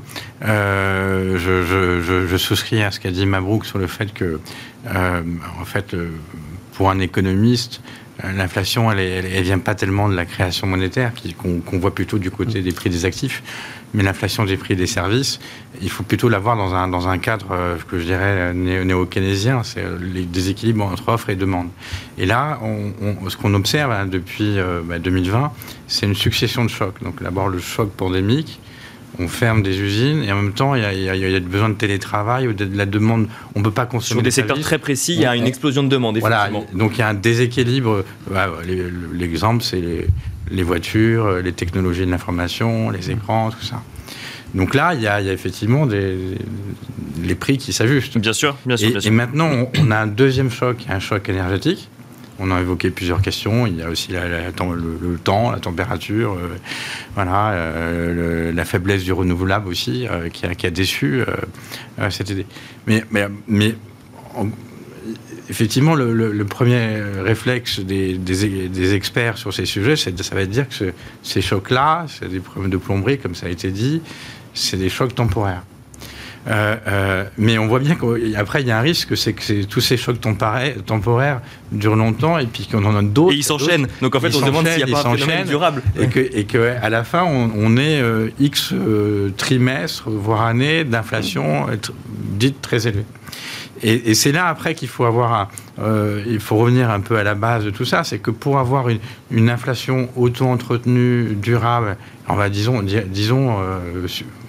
Euh, je, je, je, je souscris à ce qu'a dit Mabrouk sur le fait que, euh, en fait, euh, pour un économiste, l'inflation, elle ne vient pas tellement de la création monétaire, qui, qu'on, qu'on voit plutôt du côté des prix des actifs, mais l'inflation des prix des services, il faut plutôt la voir dans un, dans un cadre euh, que je dirais néo- néo-keynésien, c'est les déséquilibres entre offre et demande. Et là, on, on, ce qu'on observe hein, depuis euh, bah, deux mille vingt, c'est une succession de chocs. Donc d'abord le choc pandémique, on ferme des usines et en même temps, il y a, il y a, il y a besoin de télétravail ou de, de la demande. On ne peut pas consommer. Sur des secteurs très précis, il y a une explosion de demande, effectivement. Voilà, donc il y a un déséquilibre. Bah, l'exemple, c'est les, les voitures, les technologies de l'information, les écrans, tout ça. Donc là, il y a, il y a effectivement des, les prix qui s'ajustent. Bien sûr, bien sûr. Et, bien sûr. et maintenant, on, on a un deuxième choc, un choc énergétique. On a évoqué plusieurs questions. Il y a aussi la, la, le, le temps, la température, euh, voilà, euh, le, la faiblesse du renouvelable aussi, euh, qui, a, qui a déçu euh, cette idée. Mais, mais, mais en, effectivement, le, le, le premier réflexe des, des, des experts sur ces sujets, c'est, ça va être de dire que ce, ces chocs-là, c'est des problèmes de plomberie, comme ça a été dit, c'est des chocs temporaires. Euh, euh, mais on voit bien qu'après il y a un risque, c'est que c'est, tous ces chocs temporaires durent longtemps et puis qu'on en a d'autres. Et ils s'enchaînent. Donc en fait, on se demande s'il n'y a pas un phénomène durable. Et que, et que à la fin, on, on est euh, X euh, trimestres, voire années d'inflation euh, dite très élevée. Et, et c'est là après qu'il faut avoir, un, euh, il faut revenir un peu à la base de tout ça, c'est que pour avoir une, une inflation auto-entretenue, durable, on va disons, disons. Euh,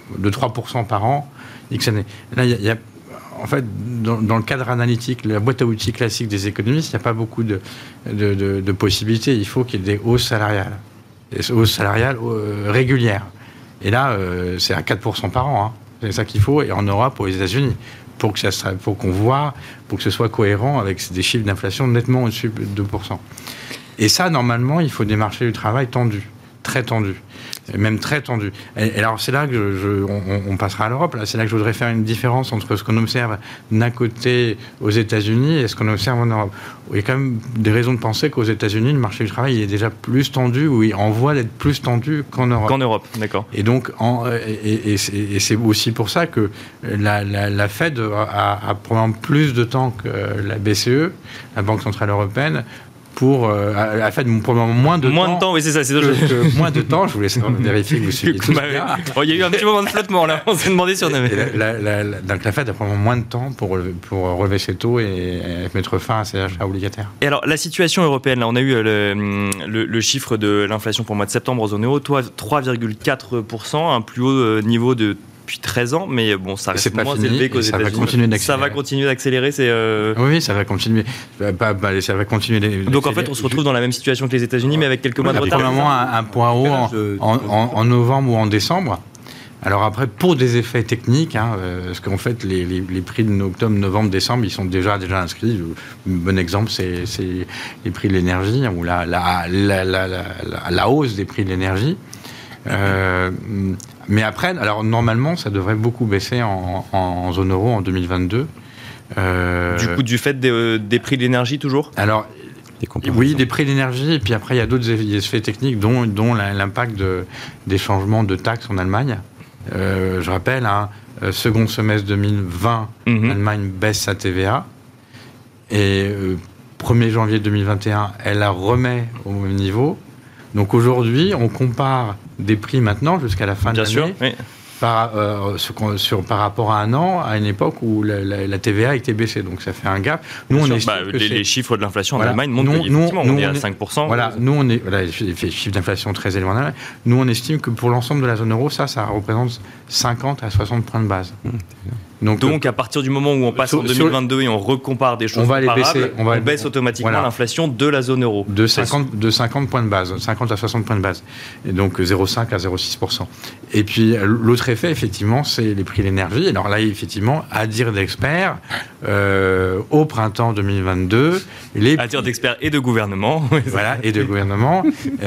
de trois pour cent par an, X années. Là, il y, y a, en fait, dans, dans le cadre analytique, la boîte à outils classique des économistes, il n'y a pas beaucoup de, de, de, de possibilités. Il faut qu'il y ait des hausses salariales, des hausses salariales euh, régulières. Et là, euh, c'est à quatre pour cent par an. Hein. C'est ça qu'il faut, et en Europe, aux États-Unis, pour que ça, pour qu'on voit, pour que ce soit cohérent avec des chiffres d'inflation nettement au-dessus de deux pour cent. Et ça, normalement, il faut des marchés du travail tendus, très tendus, et même très tendus. Et, et alors, c'est là que je, je, on, on passera à l'Europe. Là, c'est là que je voudrais faire une différence entre ce qu'on observe d'un côté aux États-Unis et ce qu'on observe en Europe. Il y a quand même des raisons de penser qu'aux États-Unis, le marché du travail il est déjà plus tendu, ou il en voie d'être plus tendu qu'en Europe. Qu'en Europe, d'accord. Et donc, en, et, et, c'est, et c'est aussi pour ça que la, la, la Fed a, a probablement plus de temps que la B C E, la Banque Centrale Européenne, pour euh, a fait probablement moins de moins temps. de temps, oui, c'est ça. C'est que, que moins de temps. Je voulais vérifier que vous suiviez tout. Oh, il y a eu un petit moment de flottement là. On s'est demandé si on avait. La, la, la, donc la Fed a probablement moins de temps pour pour relever ses taux et, et mettre fin à ses achats obligataires. Et alors la situation européenne, là, on a eu le, le, le chiffre de l'inflation pour le mois de septembre en zone euro, trois virgule quatre pour cent, un plus haut niveau de depuis treize ans, mais bon, ça reste moins fini, élevé qu'aux États-Unis. Va continuer d'accélérer. Ça va continuer d'accélérer. C'est euh... Oui, ça va continuer. Bah, bah, ça va continuer. Donc en fait, on se retrouve dans la même situation que les États-Unis, mais avec quelques mois de retard. Probablement un, un point haut en, en, en, en novembre ou en décembre. Alors après, pour des effets techniques, hein, euh, parce qu'en fait, les, les, les prix de octobre, novembre, décembre, ils sont déjà déjà inscrits. Un bon exemple, c'est, c'est les prix de l'énergie, ou la, la, la, la, la, la hausse des prix de l'énergie. Euh, mais après, alors normalement, ça devrait beaucoup baisser en, en, en zone euro en deux mille vingt-deux. Euh, du coup, du fait des, euh, des prix de l'énergie toujours ? Alors, des oui, des prix de l'énergie, et puis après, il y a d'autres effets techniques, dont, dont l'impact de, des changements de taxes en Allemagne. Euh, je rappelle, hein, second semestre deux mille vingt, mm-hmm. l'Allemagne baisse sa T V A, et euh, premier janvier deux mille vingt et un, elle la remet au même niveau. Donc aujourd'hui, on compare des prix maintenant jusqu'à la fin Bien de sûr, l'année oui. par, euh, sur, sur, par rapport à un an, à une époque où la, la, la T V A était baissée. Donc ça fait un gap. Nous, Bien on sûr, bah, que les, c'est... les chiffres de l'inflation voilà. en Allemagne montrent qu'effectivement, on est à cinq pour cent. Voilà, nous, on est, voilà, les chiffres d'inflation très élevés en Allemagne. Nous, on estime que pour l'ensemble de la zone euro, ça, ça représente cinquante à soixante points de base. Mmh. Donc, Donc à partir du moment où on passe sur, en deux mille vingt-deux et on recompare des choses on va les comparables, baisser, on, va on baisse automatiquement voilà. l'inflation de la zone euro. De cinquante, de cinquante points de base, cinquante à soixante points de base. Et donc zéro virgule cinq à zéro virgule six pour cent. Et puis l'autre effet, effectivement, c'est les prix de l'énergie. Alors là, effectivement, à dire d'experts, euh, au printemps deux mille vingt-deux... Les... À dire d'experts et de gouvernement. Voilà, et de gouvernement.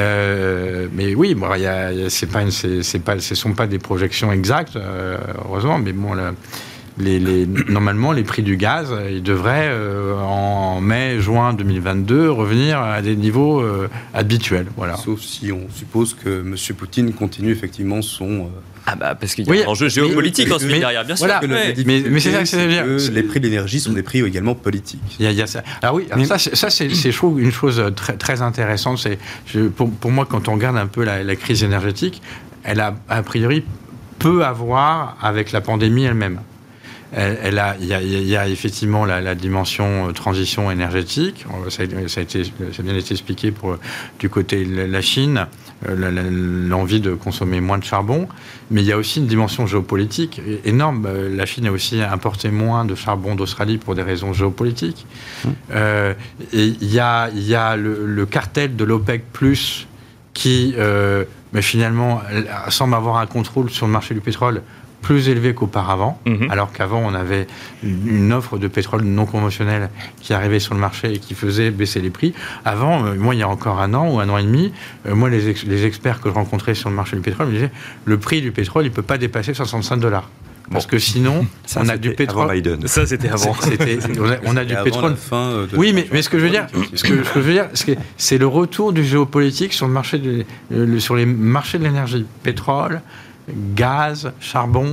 euh, mais oui, bon, y a, y a, c'est pas une, c'est, c'est pas, ce ne sont pas des projections exactes, euh, heureusement, mais bon... Là, Les, les, normalement, les prix du gaz, ils devraient, euh, en mai, juin deux mille vingt-deux, revenir à des niveaux euh, habituels. Voilà. Sauf si on suppose que M. Poutine continue effectivement son... Euh... Ah bah parce qu'il y a oui, un enjeu géopolitique mais, ensuite mais, derrière, bien voilà, sûr. Mais, mais, mais c'est ça que ça veut dire. Que les prix de l'énergie sont des prix également politiques. Il y a, il y a ça. Alors oui, alors ça, c'est, ça c'est, c'est, je trouve, une chose très, très intéressante. C'est, je, pour, pour moi, quand on regarde un peu la, la crise énergétique, elle a, a priori, peu à voir avec la pandémie elle-même. Elle, elle a, il y a, il y a effectivement la, la dimension transition énergétique. Ça a, ça a été, ça a bien été expliqué pour du côté de la Chine, la, la, l'envie de consommer moins de charbon. Mais il y a aussi une dimension géopolitique énorme. La Chine a aussi importé moins de charbon d'Australie pour des raisons géopolitiques. Mmh. Euh, et il y a, il y a le, le cartel de l'OPEC plus qui, euh, mais finalement, semble avoir un contrôle sur le marché du pétrole plus élevé qu'auparavant, mmh. alors qu'avant on avait une offre de pétrole non conventionnel qui arrivait sur le marché et qui faisait baisser les prix. Avant, euh, moi il y a encore un an ou un an et demi, euh, moi les, ex- les experts que je rencontrais sur le marché du pétrole me disaient le prix du pétrole il peut pas dépasser soixante-cinq dollars. Parce bon. que sinon, ça, on a du pétrole. Avant Biden. Ça, c'était avant. C'était, on a, on a du pétrole. Fin de oui, mais, mais ce que je veux dire, ce que, ce que je veux dire, c'est, que c'est le retour du géopolitique sur le marché de, le, sur les marchés de l'énergie, pétrole, gaz, charbon.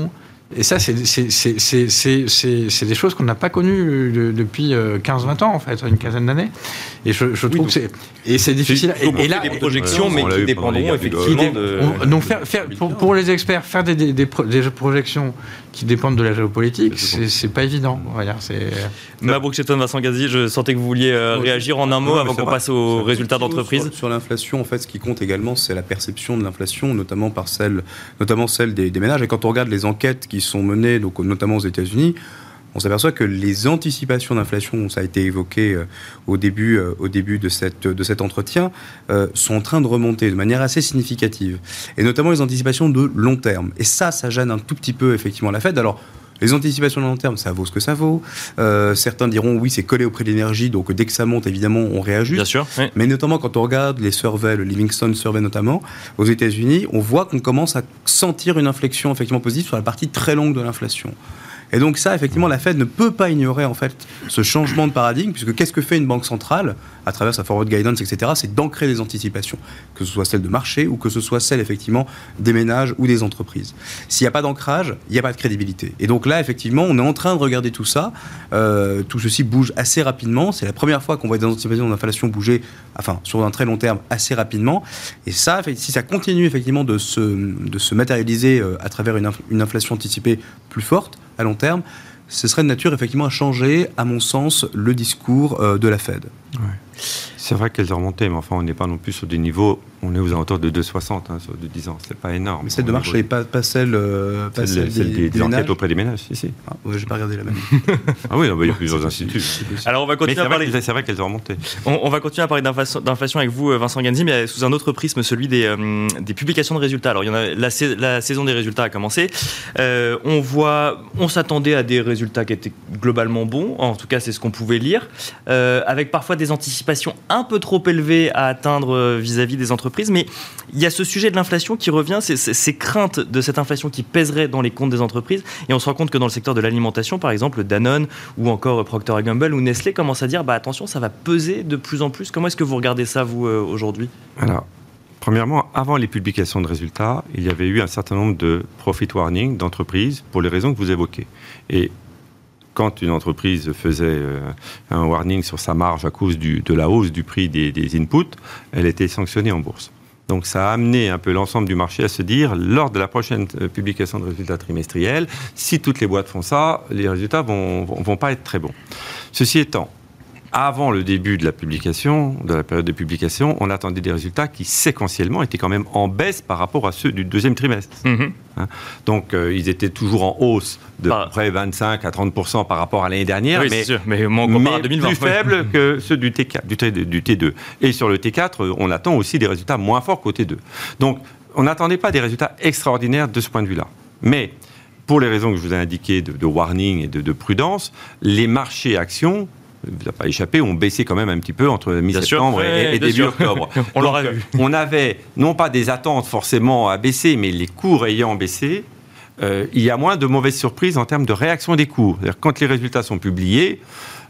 Et ça, c'est, c'est, c'est, c'est, c'est, c'est, c'est des choses qu'on n'a pas connues de, depuis quinze vingt ans, en fait, une quinzaine d'années. Et je, je trouve oui, que c'est... Et c'est difficile. Et, et là, des projections, mais qui dépendront effectivement de... On, donc, faire, faire, pour, pour les experts, faire des, des, des, des projections qui dépendent de la géopolitique, c'est, c'est pas évident. On va dire, c'est... Mabrouk Cheton, Vincent Gazi, je sentais que vous vouliez euh, réagir en un mot non, avant qu'on vrai. passe aux résultats d'entreprise. Sur, sur l'inflation, en fait, ce qui compte également, c'est la perception de l'inflation, notamment par celle, notamment celle des, des ménages. Et quand on regarde les enquêtes qui sont menées, donc, notamment aux États-Unis, on s'aperçoit que les anticipations d'inflation, ça a été évoqué euh, au début, euh, au début de, cette, de cet entretien, euh, sont en train de remonter de manière assez significative. Et notamment les anticipations de long terme. Et ça, ça gêne un tout petit peu effectivement la Fed. Alors, les anticipations de long terme, ça vaut ce que ça vaut. Euh, certains diront, oui, c'est collé au prix de l'énergie, donc dès que ça monte, évidemment, on réajuste. Bien sûr. Oui. Mais notamment, quand on regarde les surveys, le Livingston Survey notamment, aux États-Unis, on voit qu'on commence à sentir une inflexion effectivement positive sur la partie très longue de l'inflation. Et donc ça, effectivement, la Fed ne peut pas ignorer en fait ce changement de paradigme, puisque qu'est-ce que fait une banque centrale à travers sa forward guidance, et cetera. C'est d'ancrer des anticipations, que ce soit celles de marché ou que ce soit celles effectivement des ménages ou des entreprises. S'il n'y a pas d'ancrage, il n'y a pas de crédibilité. Et donc là, effectivement, on est en train de regarder tout ça. Euh, tout ceci bouge assez rapidement. C'est la première fois qu'on voit des anticipations d'inflation bouger, enfin sur un très long terme, assez rapidement. Et ça, si ça continue effectivement de se, de se matérialiser à travers une, inf- une inflation anticipée plus forte, à long terme, ce serait de nature effectivement à changer, à mon sens, le discours euh, de la Fed. Ouais. C'est vrai qu'elles ont remonté, mais enfin, on n'est pas non plus sur des niveaux, on est aux alentours de deux virgule soixante hein, sur de dix ans, c'est pas énorme. Mais celle de marché, pas, pas celle, euh, pas celle, celle, celle des, des, des enquêtes auprès des ménages, si, si. Ah, ouais, je n'ai pas regardé la même. Ah oui, non, bah, il y a plusieurs instituts. Alors, on va continuer mais à parler... Vrai, c'est vrai qu'elles ont remonté. On, on va continuer à parler d'inflation, d'inflation avec vous, Vincent Gazi, mais sous un autre prisme, celui des, euh, des publications de résultats. Alors, il y en a, la, la saison des résultats a commencé. Euh, on voit, on s'attendait à des résultats qui étaient globalement bons, en tout cas, c'est ce qu'on pouvait lire, euh, avec parfois des anticipations un peu trop élevées à atteindre vis-à-vis des entreprises, mais il y a ce sujet de l'inflation qui revient, c'est, c'est, ces craintes de cette inflation qui pèserait dans les comptes des entreprises, et on se rend compte que dans le secteur de l'alimentation, par exemple, Danone ou encore Procter and Gamble ou Nestlé commencent à dire, bah attention, ça va peser de plus en plus. Comment est-ce que vous regardez ça, vous, euh, aujourd'hui ? Alors, premièrement, avant les publications de résultats, il y avait eu un certain nombre de profit warnings d'entreprises pour les raisons que vous évoquez. Et quand une entreprise faisait euh, un warning sur sa marge à cause du, de la hausse du prix des, des inputs, elle était sanctionnée en bourse. Donc ça a amené un peu l'ensemble du marché à se dire, lors de la prochaine publication de résultats trimestriels, si toutes les boîtes font ça, les résultats ne vont, vont, vont pas être très bons. Ceci étant, avant le début de la publication, de la période de publication, on attendait des résultats qui, séquentiellement, étaient quand même en baisse par rapport à ceux du deuxième trimestre. Mmh. Hein Donc, euh, ils étaient toujours en hausse de bah. près vingt-cinq à trente pour cent par rapport à l'année dernière, oui, mais, c'est sûr, mais, mais à deux mille vingt, plus faibles que ceux du T quatre, du, T, du T deux. Et sur le T quatre, on attend aussi des résultats moins forts qu'au T deux. Donc, on n'attendait pas des résultats extraordinaires de ce point de vue-là. Mais, pour les raisons que je vous ai indiquées de, de warning et de, de prudence, les marchés actions, vous n'a pas échappé, ont baissé quand même un petit peu entre mi-septembre et, ouais, et début sûr. octobre. On l'aura vu. On avait non pas des attentes forcément à baisser, mais les cours ayant baissé, euh, il y a moins de mauvaises surprises en termes de réaction des cours. C'est-à-dire, quand les résultats sont publiés,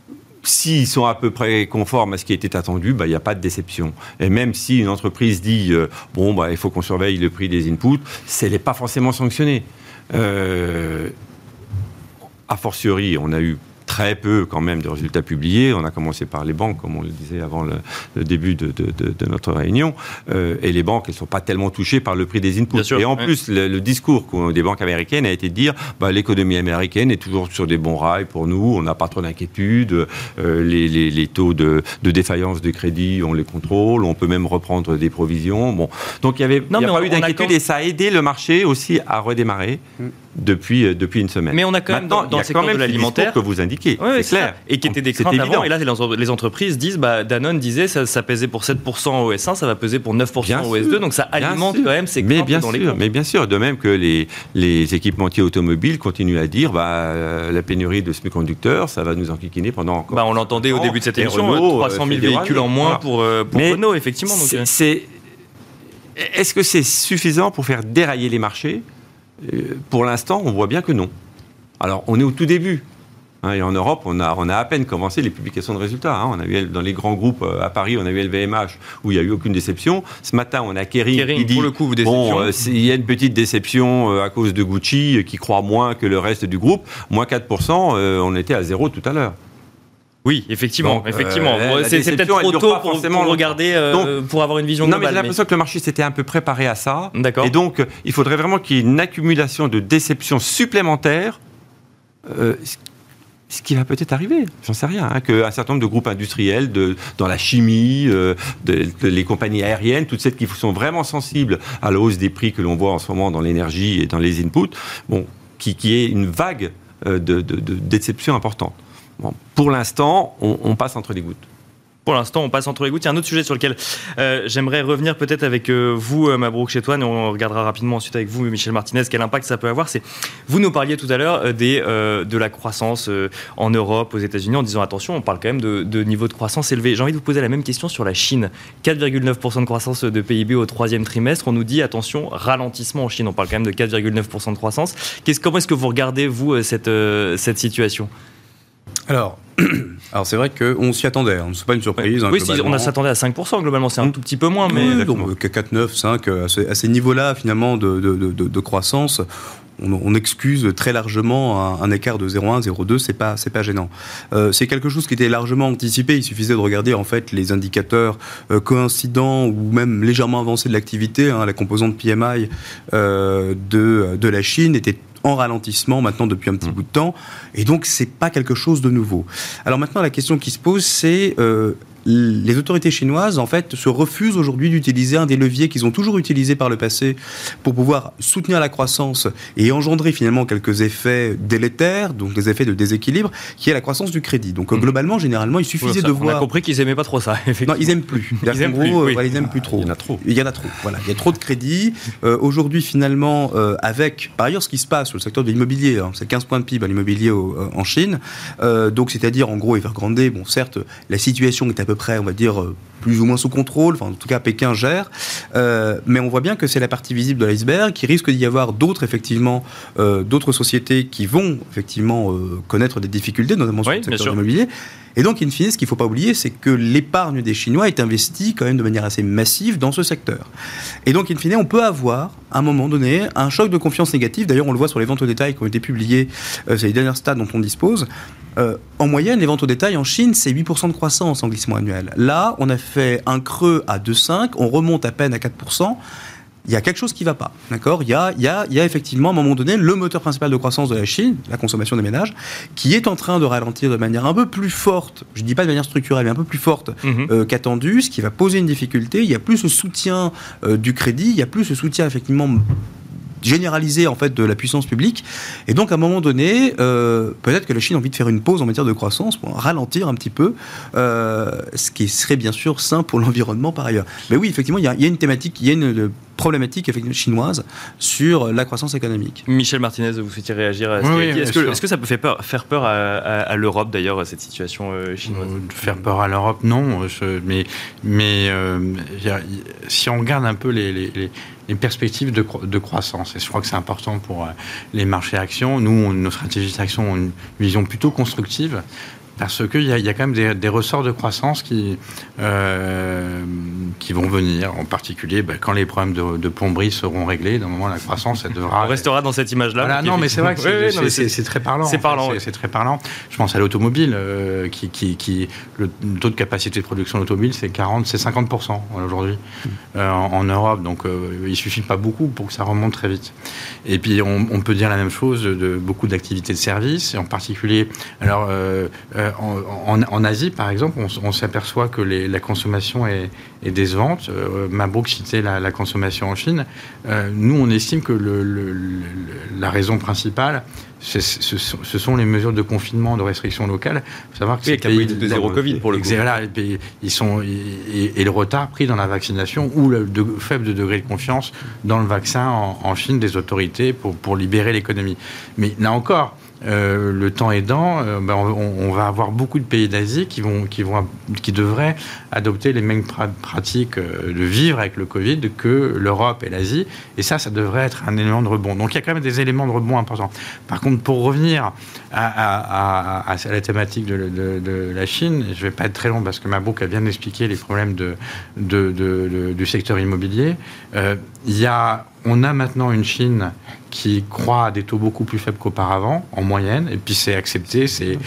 s'ils sont à peu près conformes à ce qui était attendu, bah, il n'y a pas de déception. Et même si une entreprise dit euh, bon, bah, il faut qu'on surveille le prix des inputs, elle n'est pas forcément sanctionnée. Euh, a fortiori, on a eu très peu quand même de résultats publiés. On a commencé par les banques, comme on le disait avant le, le début de, de, de, de notre réunion. Euh, et les banques, elles ne sont pas tellement touchées par le prix des inputs. Sûr, et en ouais. plus, le, le discours des banques américaines a été de dire bah, l'économie américaine est toujours sur des bons rails pour nous, on n'a pas trop d'inquiétude, euh, les, les, les taux de, de défaillance de crédit, on les contrôle, on peut même reprendre des provisions. Bon. Donc il n'y avait non, y a pas on, eu d'inquiétude quand... et ça a aidé le marché aussi à redémarrer. Mm. Depuis, euh, depuis une semaine. Mais on a quand même Maintenant, dans, dans le secteur de l'alimentaire que vous indiquez, ouais, c'est clair. Ça. Et qui étaient des craintes avant. Et là, les entreprises disent, bah, Danone disait, ça, ça pesait pour sept pour cent au S un, ça va peser pour neuf pour cent bien au S deux, sûr, donc ça alimente sûr. quand même ces craintes mais bien dans sûr, les comptes. Mais bien sûr, de même que les, les équipementiers automobiles continuent à dire, bah, euh, la pénurie de semi-conducteurs, ça va nous enquiquiner pendant encore. Bah, on l'entendait au début de cette émission, Renault, trois cent mille véhicules en moins pour, euh, pour Renault, effectivement. Donc, c'est, c'est... Est-ce que c'est suffisant pour faire dérailler les marchés ? Pour l'instant, on voit bien que non. Alors, on est au tout début. Et en Europe, on a, on a à peine commencé les publications de résultats. Hein. On a eu, dans les grands groupes à Paris, on a eu L V M H où il n'y a eu aucune déception. Ce matin, on a Kering, Kering qui dit pour le coup, déception. bon, euh, il y a une petite déception euh, à cause de Gucci, euh, qui croit moins que le reste du groupe. Moins quatre pour cent, euh, on était à zéro tout à l'heure. Oui, effectivement. Donc, effectivement. euh, c'est, c'est peut-être trop tôt pour, pour regarder, euh, donc, pour avoir une vision globale. Non, mais j'ai l'impression mais... que le marché s'était un peu préparé à ça. D'accord. Et donc, il faudrait vraiment qu'il y ait une accumulation de déceptions supplémentaires. Euh, Ce qui va peut-être arriver, j'en sais rien, hein, qu'un certain nombre de groupes industriels, de, dans la chimie, euh, de, de, les compagnies aériennes, toutes celles qui sont vraiment sensibles à la hausse des prix que l'on voit en ce moment dans l'énergie et dans les inputs, bon, qui, qui est une vague euh, de, de, de déception importante. Bon, pour l'instant, on, on passe entre les gouttes. Pour l'instant, on passe entre les gouttes. Il y a un autre sujet sur lequel euh, j'aimerais revenir peut-être avec euh, vous, euh, Mabrouk Chetouane, et on regardera rapidement ensuite avec vous, Michel Martinez, quel impact ça peut avoir. C'est, vous nous parliez tout à l'heure euh, des, euh, de la croissance euh, en Europe, aux États-Unis, en disant attention, on parle quand même de, de niveau de croissance élevé. J'ai envie de vous poser la même question sur la Chine. quatre virgule neuf pour cent de croissance de P I B au troisième trimestre. On nous dit attention, ralentissement en Chine. On parle quand même de quatre virgule neuf pour cent de croissance. Qu'est-ce, comment est-ce que vous regardez, vous, cette, euh, cette situation ? Alors, alors c'est vrai qu'on s'y attendait, hein. C'est pas une surprise. Oui, hein, oui si on s'attendait à cinq pour cent globalement, c'est un tout petit peu moins. Mais oui, donc quatre, neuf, cinq, à ces, à ces niveaux-là finalement de, de, de, de croissance, on, on excuse très largement un, un écart de zéro virgule un, zéro virgule deux, c'est pas, c'est pas gênant. Euh, c'est quelque chose qui était largement anticipé, il suffisait de regarder en fait les indicateurs euh, coïncidents ou même légèrement avancés de l'activité, hein, la composante P M I euh, de, de la Chine était en ralentissement maintenant depuis un petit mmh. bout de temps, et donc c'est pas quelque chose de nouveau. Alors maintenant la question qui se pose, c'est euh, les autorités chinoises en fait se refusent aujourd'hui d'utiliser un des leviers qu'ils ont toujours utilisé par le passé pour pouvoir soutenir la croissance et engendrer finalement quelques effets délétères, donc des effets de déséquilibre, qui est la croissance du crédit. Donc mmh. globalement, généralement, il suffisait ça, de on voir. On a compris qu'ils aimaient pas trop ça. Effectivement. Non, ils aiment plus. Ils aiment gros, plus. Oui. Voilà, ils aiment plus trop. Il y en a trop. Il y en a trop. Voilà, il y a trop de crédit. Euh, aujourd'hui, finalement, euh, avec par ailleurs ce qui se passe sur le secteur de l'immobilier, hein, c'est quinze points de P I B à l'immobilier au, euh, en Chine. Euh, donc, c'est-à-dire en gros, Evergrande. Bon, certes, la situation est à peu près, on va dire. Euh, plus ou moins sous contrôle, enfin en tout cas Pékin gère, euh, mais on voit bien que c'est la partie visible de l'iceberg, qu'il risque d'y avoir d'autres effectivement, euh, d'autres sociétés qui vont effectivement euh, connaître des difficultés, notamment sur oui, le secteur immobilier. Et donc, in fine, ce qu'il ne faut pas oublier, c'est que l'épargne des Chinois est investie quand même de manière assez massive dans ce secteur. Et donc, in fine, on peut avoir, à un moment donné, un choc de confiance négative. D'ailleurs, on le voit sur les ventes au détail qui ont été publiées, euh, c'est les dernières stats dont on dispose. Euh, en moyenne, les ventes au détail en Chine, c'est huit pour cent de croissance en glissement annuel. Là, on a fait un creux à deux virgule cinq, on remonte à peine à quatre pour cent. Il y a quelque chose qui ne va pas, d'accord ? Il y a, il y a, il y a effectivement, à un moment donné, le moteur principal de croissance de la Chine, la consommation des ménages, qui est en train de ralentir de manière un peu plus forte, je ne dis pas de manière structurelle, mais un peu plus forte mmh. euh, qu'attendue, ce qui va poser une difficulté. Il n'y a plus ce soutien euh, du crédit, il n'y a plus ce soutien, effectivement, généralisé en fait de la puissance publique, et donc à un moment donné euh, peut-être que la Chine a envie de faire une pause en matière de croissance pour ralentir un petit peu, euh, ce qui serait bien sûr sain pour l'environnement par ailleurs. Mais oui, effectivement, il y a, il y a une thématique, il y a une problématique chinoise sur la croissance économique. Michel Martinez, vous souhaitiez réagir à ce oui, est-ce, que, est-ce que ça peut faire peur, faire peur à, à, à l'Europe d'ailleurs, cette situation euh, chinoise ? Faire peur à l'Europe, non. Je, mais mais euh, y a, y, si on regarde un peu les, les, les les perspectives de, cro- de croissance. Et je crois que c'est important pour euh, les marchés actions. Nous, on, nos stratégies d'actions ont une vision plutôt constructive, parce qu'il y, y a quand même des, des ressorts de croissance qui, euh, qui vont venir, en particulier bah, quand les problèmes de, de plomberie seront réglés. D'un moment, la croissance, elle devra... On restera dans cette image-là. Voilà, non, mais c'est vrai que c'est, oui, c'est, oui, c'est, c'est, c'est très parlant. C'est parlant. C'est, oui. c'est très parlant. Je pense à l'automobile, euh, qui, qui, qui, le taux de capacité de production de l'automobile, c'est quarante, c'est cinquante pour cent aujourd'hui euh, en, en Europe. Donc, euh, il suffit pas beaucoup pour que ça remonte très vite. Et puis, on, on peut dire la même chose de beaucoup d'activités de services, et en particulier, alors, euh, euh, en, en, en Asie, par exemple, on, on s'aperçoit que les, la consommation est, est décevante. Euh, Mabrouk citait la, la consommation en Chine. Euh, nous, on estime que le, le, le, la raison principale, c'est, ce, ce sont les mesures de confinement, de restrictions locales. Il faut savoir que oui, c'est pays de, de zéro Covid pour le coup. Voilà, et, ils sont, et, et le retard pris dans la vaccination ou le de, faible degré de confiance dans le vaccin en, en Chine des autorités pour, pour libérer l'économie. Mais là encore, euh, le temps aidant, euh, ben on, on va avoir beaucoup de pays d'Asie qui, vont, qui, vont, qui devraient adopter les mêmes pra- pratiques euh, de vivre avec le Covid que l'Europe et l'Asie. Et ça, ça devrait être un élément de rebond. Donc il y a quand même des éléments de rebond importants. Par contre, pour revenir à, à, à, à la thématique de, de, de la Chine, je ne vais pas être très long parce que Mabrouk a bien expliqué les problèmes de, de, de, de, du secteur immobilier. Euh, il y a, on a maintenant une Chine qui croît à des taux beaucoup plus faibles qu'auparavant, en moyenne, et puis c'est accepté, c'est,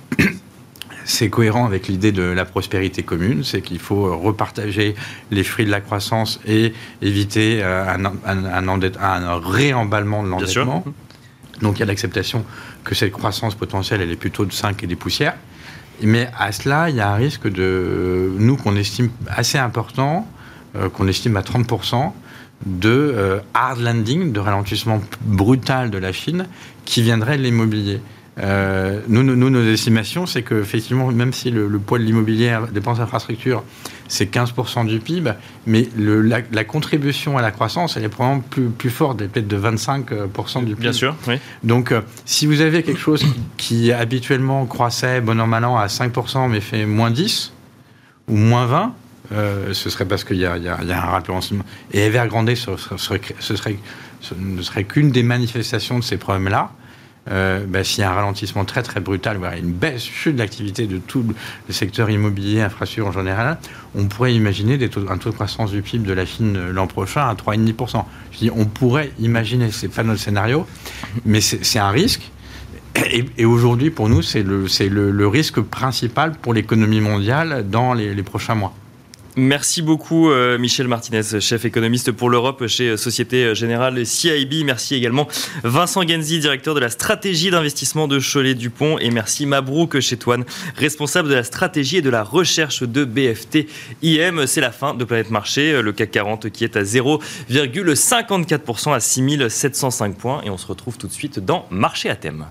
c'est cohérent avec l'idée de la prospérité commune, c'est qu'il faut repartager les fruits de la croissance et éviter un, un, un, endett- un réemballement de l'endettement. Donc il y a l'acceptation que cette croissance potentielle, elle est plutôt de cinq et des poussières. Mais à cela, il y a un risque de, nous, qu'on estime assez important, euh, qu'on estime à trente pour cent, de euh, hard landing, de ralentissement brutal de la Chine, qui viendrait de l'immobilier. Euh, nous, nous, nous, nos estimations, c'est qu'effectivement, même si le, le poids de l'immobilier, dépenses d'infrastructure, c'est quinze pour cent du P I B, mais le, la, la contribution à la croissance, elle est probablement plus, plus forte, peut-être de vingt-cinq pour cent du P I B. Bien sûr, oui. Donc, euh, si vous avez quelque chose qui, qui habituellement croissait, bon an, mal an, à cinq pour cent, mais fait moins dix ou moins vingt, Euh, ce serait parce qu'il y a, il y a, il y a un ralentissement. Et Evergrande, ce, ce, serait, ce, serait, ce ne serait qu'une des manifestations de ces problèmes-là. Euh, bah, s'il y a un ralentissement très très brutal, voilà, une baisse, chute de l'activité de tout le secteur immobilier, infrastructure en général, on pourrait imaginer des taux, un taux de croissance du P I B de la Chine l'an prochain à trois virgule cinq pour cent. Je dis, on pourrait imaginer, c'est pas notre scénario, mais c'est, c'est un risque. Et, et aujourd'hui, pour nous, c'est, le, c'est le, le risque principal pour l'économie mondiale dans les, les prochains mois. Merci beaucoup euh, Michel Martinez, chef économiste pour l'Europe chez Société Générale C I B. Merci également Vincent Genzi, directeur de la stratégie d'investissement de Cholet-Dupont. Et merci Mabrouk Chetouane, responsable de la stratégie et de la recherche de B F T I M. C'est la fin de Planète Marché, le C A C quarante qui est à zéro virgule cinquante-quatre pour cent à six mille sept cent cinq points. Et on se retrouve tout de suite dans Marché à thème.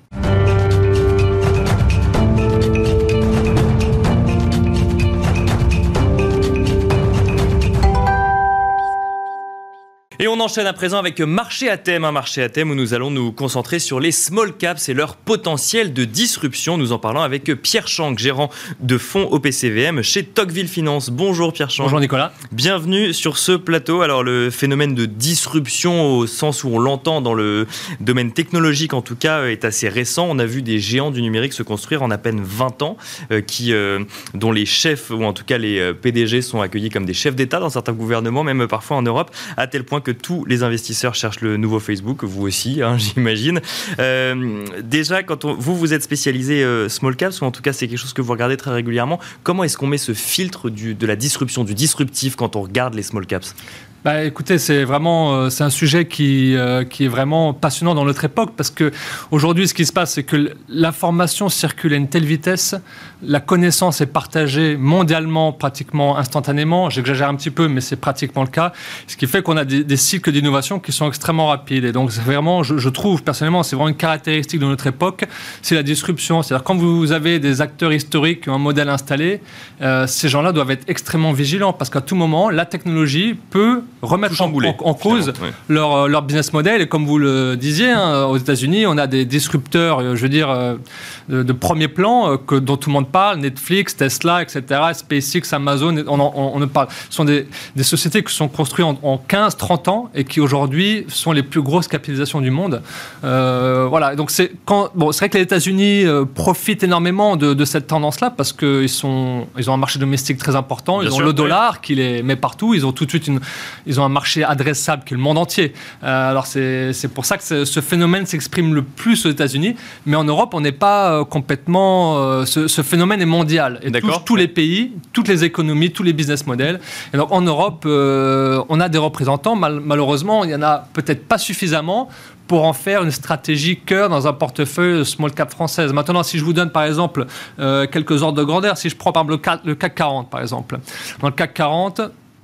Et on enchaîne à présent avec Marché à thème, un marché à thème où nous allons nous concentrer sur les small caps et leur potentiel de disruption. Nous en parlons avec Pierre Chang, gérant de fonds O P C V M chez Tocqueville Finance. Bonjour Pierre Chang. Bonjour Nicolas. Bienvenue sur ce plateau. Alors le phénomène de disruption au sens où on l'entend dans le domaine technologique en tout cas est assez récent. On a vu des géants du numérique se construire en à peine vingt ans, euh, qui, euh, dont les chefs ou en tout cas les P D G sont accueillis comme des chefs d'État dans certains gouvernements, même parfois en Europe, à tel point que tous les investisseurs cherchent le nouveau Facebook, vous aussi, hein, j'imagine. Euh, déjà, quand on, vous, vous êtes spécialisé euh, small caps, ou en tout cas c'est quelque chose que vous regardez très régulièrement, comment est-ce qu'on met ce filtre du, de la disruption, du disruptif quand on regarde les small caps ? Bah, écoutez, c'est vraiment euh, c'est un sujet qui, euh, qui est vraiment passionnant dans notre époque parce que aujourd'hui, ce qui se passe, c'est que l'information circule à une telle vitesse, la connaissance est partagée mondialement, pratiquement instantanément. J'exagère un petit peu, mais c'est pratiquement le cas. Ce qui fait qu'on a des, des cycles d'innovation qui sont extrêmement rapides. Et donc, c'est vraiment, je, je trouve personnellement, c'est vraiment une caractéristique de notre époque, c'est la disruption. C'est-à-dire quand vous avez des acteurs historiques qui ont un modèle installé, euh, ces gens-là doivent être extrêmement vigilants parce qu'à tout moment, la technologie peut remettre en, en, en cause ouais. leur, leur business model. Et comme vous le disiez, hein, aux États-Unis, on a des disrupteurs, je veux dire, euh, de, de premier plan euh, que, dont tout le monde parle, Netflix, Tesla, et cetera, SpaceX, Amazon, on, on, on ne parle. Ce sont des, des sociétés qui sont construites en, en quinze trente ans et qui aujourd'hui sont les plus grosses capitalisations du monde. Euh, voilà. Donc c'est, quand, bon, c'est vrai que les États-Unis euh, profitent énormément de, de cette tendance-là parce qu'ils sont, ils ont un marché domestique très important, ils Bien ont sûr, le dollar oui. qui les met partout, ils ont tout de suite une, ils ont un marché adressable qui est le monde entier. Euh, alors c'est, c'est pour ça que ce, ce phénomène s'exprime le plus aux États-Unis, mais en Europe on n'est pas euh, complètement. Euh, ce, ce phénomène est mondial et touche tous les pays, toutes les économies, tous les business models. Et donc en Europe, euh, on a des représentants. Mal, malheureusement, il y en a peut-être pas suffisamment pour en faire une stratégie cœur dans un portefeuille small cap française. Maintenant, si je vous donne par exemple euh, quelques ordres de grandeur, si je prends par exemple le C A C quarante par exemple, dans le C A C quarante,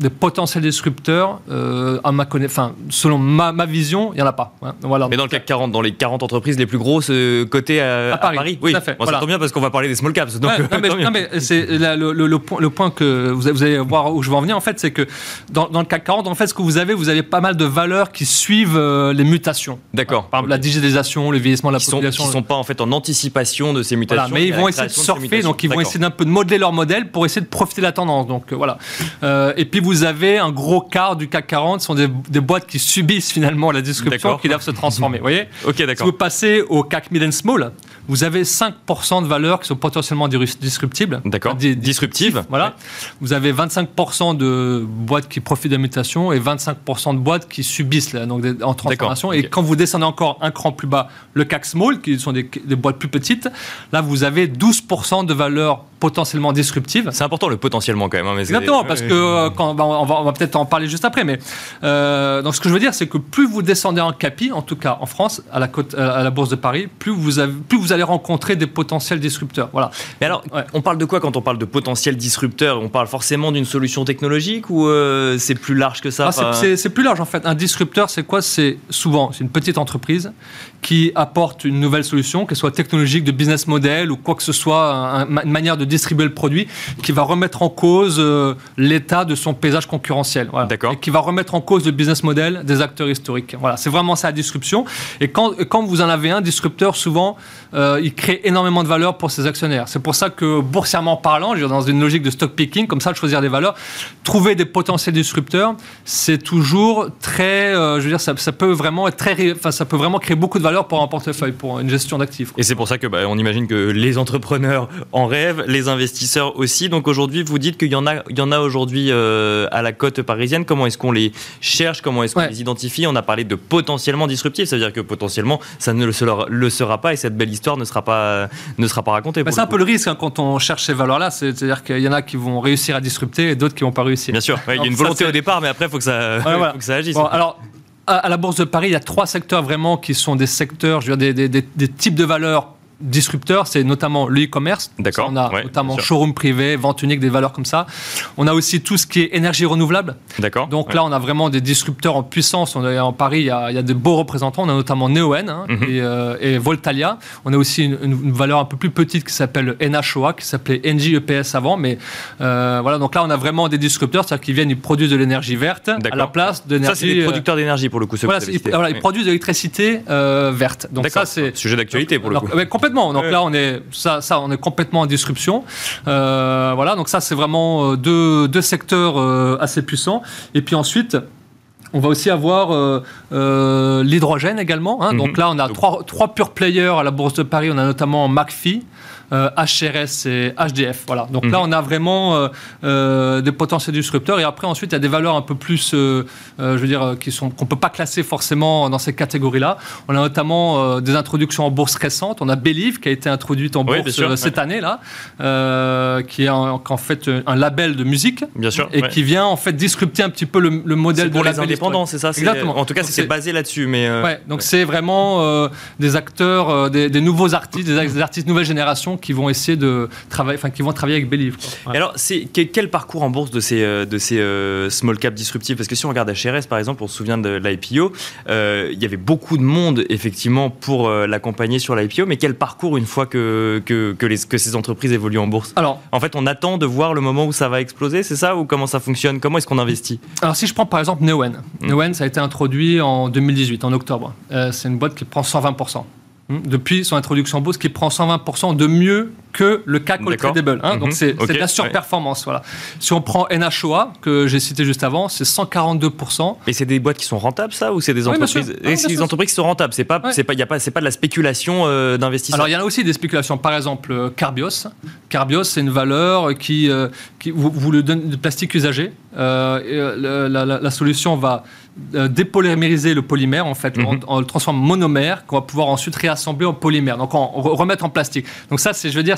des potentiels disrupteurs, euh, à ma connaissance, enfin, selon ma, ma vision, il n'y en a pas. Hein. Voilà. Mais dans le C A C quarante, dans les quarante entreprises les plus grosses euh, cotées à, à Paris, à Paris. Oui, tout à fait. Bon, Voilà. ça tombe bien parce qu'on va parler des small caps. Donc, ouais, non, mais, non, mais c'est la, le, le, le, point, le point que vous, vous allez voir où je veux en venir, en fait, c'est que dans, dans le C A C quarante, en fait, ce que vous avez, vous avez pas mal de valeurs qui suivent euh, les mutations. D'accord. Par exemple, okay. la digitalisation, le vieillissement de la qui population. Sont, qui ne sont pas en fait en anticipation de ces mutations. Voilà, mais ils vont essayer de surfer, donc ils vont essayer d'un peu de modeler leur modèle pour essayer de profiter de la tendance. Donc euh, voilà. Euh, et puis vous avez un gros quart du C A C quarante, ce sont des, des boîtes qui subissent finalement la disruption, d'accord. qui doivent se transformer. Vous voyez. Ok, d'accord. Si vous passez au C A C Mid and Small, vous avez cinq pour cent de valeurs qui sont potentiellement disruptibles. D'accord. Dis- Disruptives. Voilà. Ouais. Vous avez vingt-cinq pour cent de boîtes qui profitent de la mutation et vingt-cinq pour cent de boîtes qui subissent là, donc des, en transformation. Okay. Et quand vous descendez encore un cran plus bas, le C A C Small, qui sont des, des boîtes plus petites, là vous avez douze pour cent de valeurs potentiellement disruptives. C'est important le potentiellement quand même. Hein, mais Exactement, parce que euh, quand, bah, on va, on va peut-être en parler juste après. Mais euh, donc ce que je veux dire, c'est que plus vous descendez en capi, en tout cas en France, à la, côte, à la Bourse de Paris, plus vous, avez, plus vous allez rencontrer des potentiels disrupteurs. Voilà. Mais alors, ouais. on parle de quoi quand on parle de potentiels disrupteurs ? On parle forcément d'une solution technologique ou euh, c'est plus large que ça ? ah, c'est, c'est, c'est plus large en fait. Un disrupteur, c'est quoi ? C'est souvent c'est une petite entreprise qui apporte une nouvelle solution, qu'elle soit technologique, de business model ou quoi que ce soit, un, une manière de distribuer le produit, qui va remettre en cause euh, l'état de son paysage concurrentiel. Voilà. D'accord. Et qui va remettre en cause le business model des acteurs historiques. Voilà, c'est vraiment ça la disruption. Et quand, quand vous en avez un disrupteur, souvent, euh, il crée énormément de valeur pour ses actionnaires. C'est pour ça que, boursièrement parlant, je veux dire, dans une logique de stock picking, comme ça, de choisir des valeurs, trouver des potentiels disrupteurs, c'est toujours très, euh, je veux dire, ça, ça peut vraiment être très, enfin, ça peut vraiment créer beaucoup de valeur pour un portefeuille, pour une gestion d'actifs. Et c'est pour ça que, bah, on imagine que les entrepreneurs en rêvent, les investisseurs aussi. Donc aujourd'hui, vous dites qu'il y en a, il y en a aujourd'hui euh, à la cote parisienne. Comment est-ce qu'on les cherche ? Comment est-ce qu'on ouais. les identifie ? On a parlé de potentiellement disruptifs, ça veut dire que potentiellement, ça ne le sera, le sera pas et cette belle histoire ne sera pas, ne sera pas racontée. Bah, c'est un peu le risque hein, quand on cherche ces valeurs-là, c'est, c'est-à-dire qu'il y en a qui vont réussir à disrupter et d'autres qui vont pas réussir. Bien sûr, ouais, il y a une volonté ça, au départ, mais après, il faut que ça, ouais, voilà. faut que ça agisse. Bon, alors, à la Bourse de Paris, il y a trois secteurs vraiment qui sont des secteurs, je veux dire, des, des, des, des types de valeurs disrupteurs, c'est notamment le e-commerce. D'accord. On a ouais, notamment showroom privé, vente unique, des valeurs comme ça. On a aussi tout ce qui est énergie renouvelable. D'accord. Donc ouais. là, on a vraiment des disrupteurs en puissance. On a, en Paris, il y, a, il y a de beaux représentants. On a notamment Neoen hein, mm-hmm. et, euh, et Voltalia. On a aussi une, une valeur un peu plus petite qui s'appelle N H O A, qui s'appelait N J E P S avant. Mais euh, voilà, donc là, on a vraiment des disrupteurs, c'est-à-dire qu'ils viennent, ils produisent de l'énergie verte D'accord. à la place de l'énergie. Ça, c'est des producteurs d'énergie pour le coup. Voilà, ils, voilà, ils produisent de l'électricité euh, verte. Donc D'accord. ça, c'est sujet d'actualité pour le alors, coup. Ouais, complètement. Donc ouais. là, on est Ça, ça, on est complètement en disruption. Euh, voilà, donc ça, c'est vraiment deux, deux secteurs euh, assez puissants. Et puis ensuite, on va aussi avoir euh, euh, l'hydrogène également. Hein. Mm-hmm. Donc là, on a donc, trois, trois pure players à la Bourse de Paris. On a notamment McPhy, euh, H R S et H D F. Voilà. Donc mm-hmm. là, on a vraiment euh, euh, des potentiels disrupteurs. Et après, ensuite, il y a des valeurs un peu plus, euh, euh, je veux dire, qui sont, qu'on ne peut pas classer forcément dans ces catégories-là. On a notamment euh, des introductions en bourse récentes. On a Believe qui a été introduite en oui, bourse sûr, euh, cette ouais. année-là, euh, qui est en, en fait un label de musique. Bien sûr. Et ouais. qui vient en fait disrupter un petit peu le, le modèle c'est de pour label les indépendants, c'est ça c'est, Exactement. En tout cas, donc c'était c'est, basé là-dessus. Mais euh, ouais, donc ouais. c'est vraiment euh, des acteurs, euh, des, des nouveaux artistes, des, des artistes nouvelle génération qui vont essayer de travailler, enfin qui vont travailler avec Believe. Ouais. Et alors, c'est quel parcours en bourse de ces de ces euh, small cap disruptifs ? Parce que si on regarde H R S par exemple, on se souvient de l'I P O, euh, il y avait beaucoup de monde effectivement pour euh, l'accompagner sur l'I P O. Mais quel parcours une fois que que que, les, que ces entreprises évoluent en bourse ? Alors, en fait, on attend de voir le moment où ça va exploser, c'est ça ? Ou comment ça fonctionne ? Comment est-ce qu'on investit ? Alors, si je prends par exemple Neoen, mmh. Neoen, ça a été introduit en deux mille dix-huit, en octobre. Euh, c'est une boîte qui prend cent vingt pour cent. Depuis son introduction en bourse, qui prend cent vingt pour cent de mieux que le C A C All Tradable. Hein, mmh. Donc c'est, okay. c'est de la surperformance. Ouais. Voilà. Si on prend N H O A, que j'ai cité juste avant, c'est cent quarante-deux pour cent. Et c'est des boîtes qui sont rentables, ça ? Ou c'est des entreprises, oui, et c'est des entreprises qui sont rentables ? C'est pas, ouais. c'est pas, y a pas, c'est pas de la spéculation euh, d'investisseurs. Alors il y en a aussi des spéculations. Par exemple, Carbios. Carbios, c'est une valeur qui, euh, qui vous, vous le donne de plastique usagé. Euh, la, la, la solution va dépolymériser le polymère, en fait, mm-hmm. on, on le transforme en monomère qu'on va pouvoir ensuite réassembler en polymère, donc en remettre en plastique. Donc ça, c'est, je veux dire,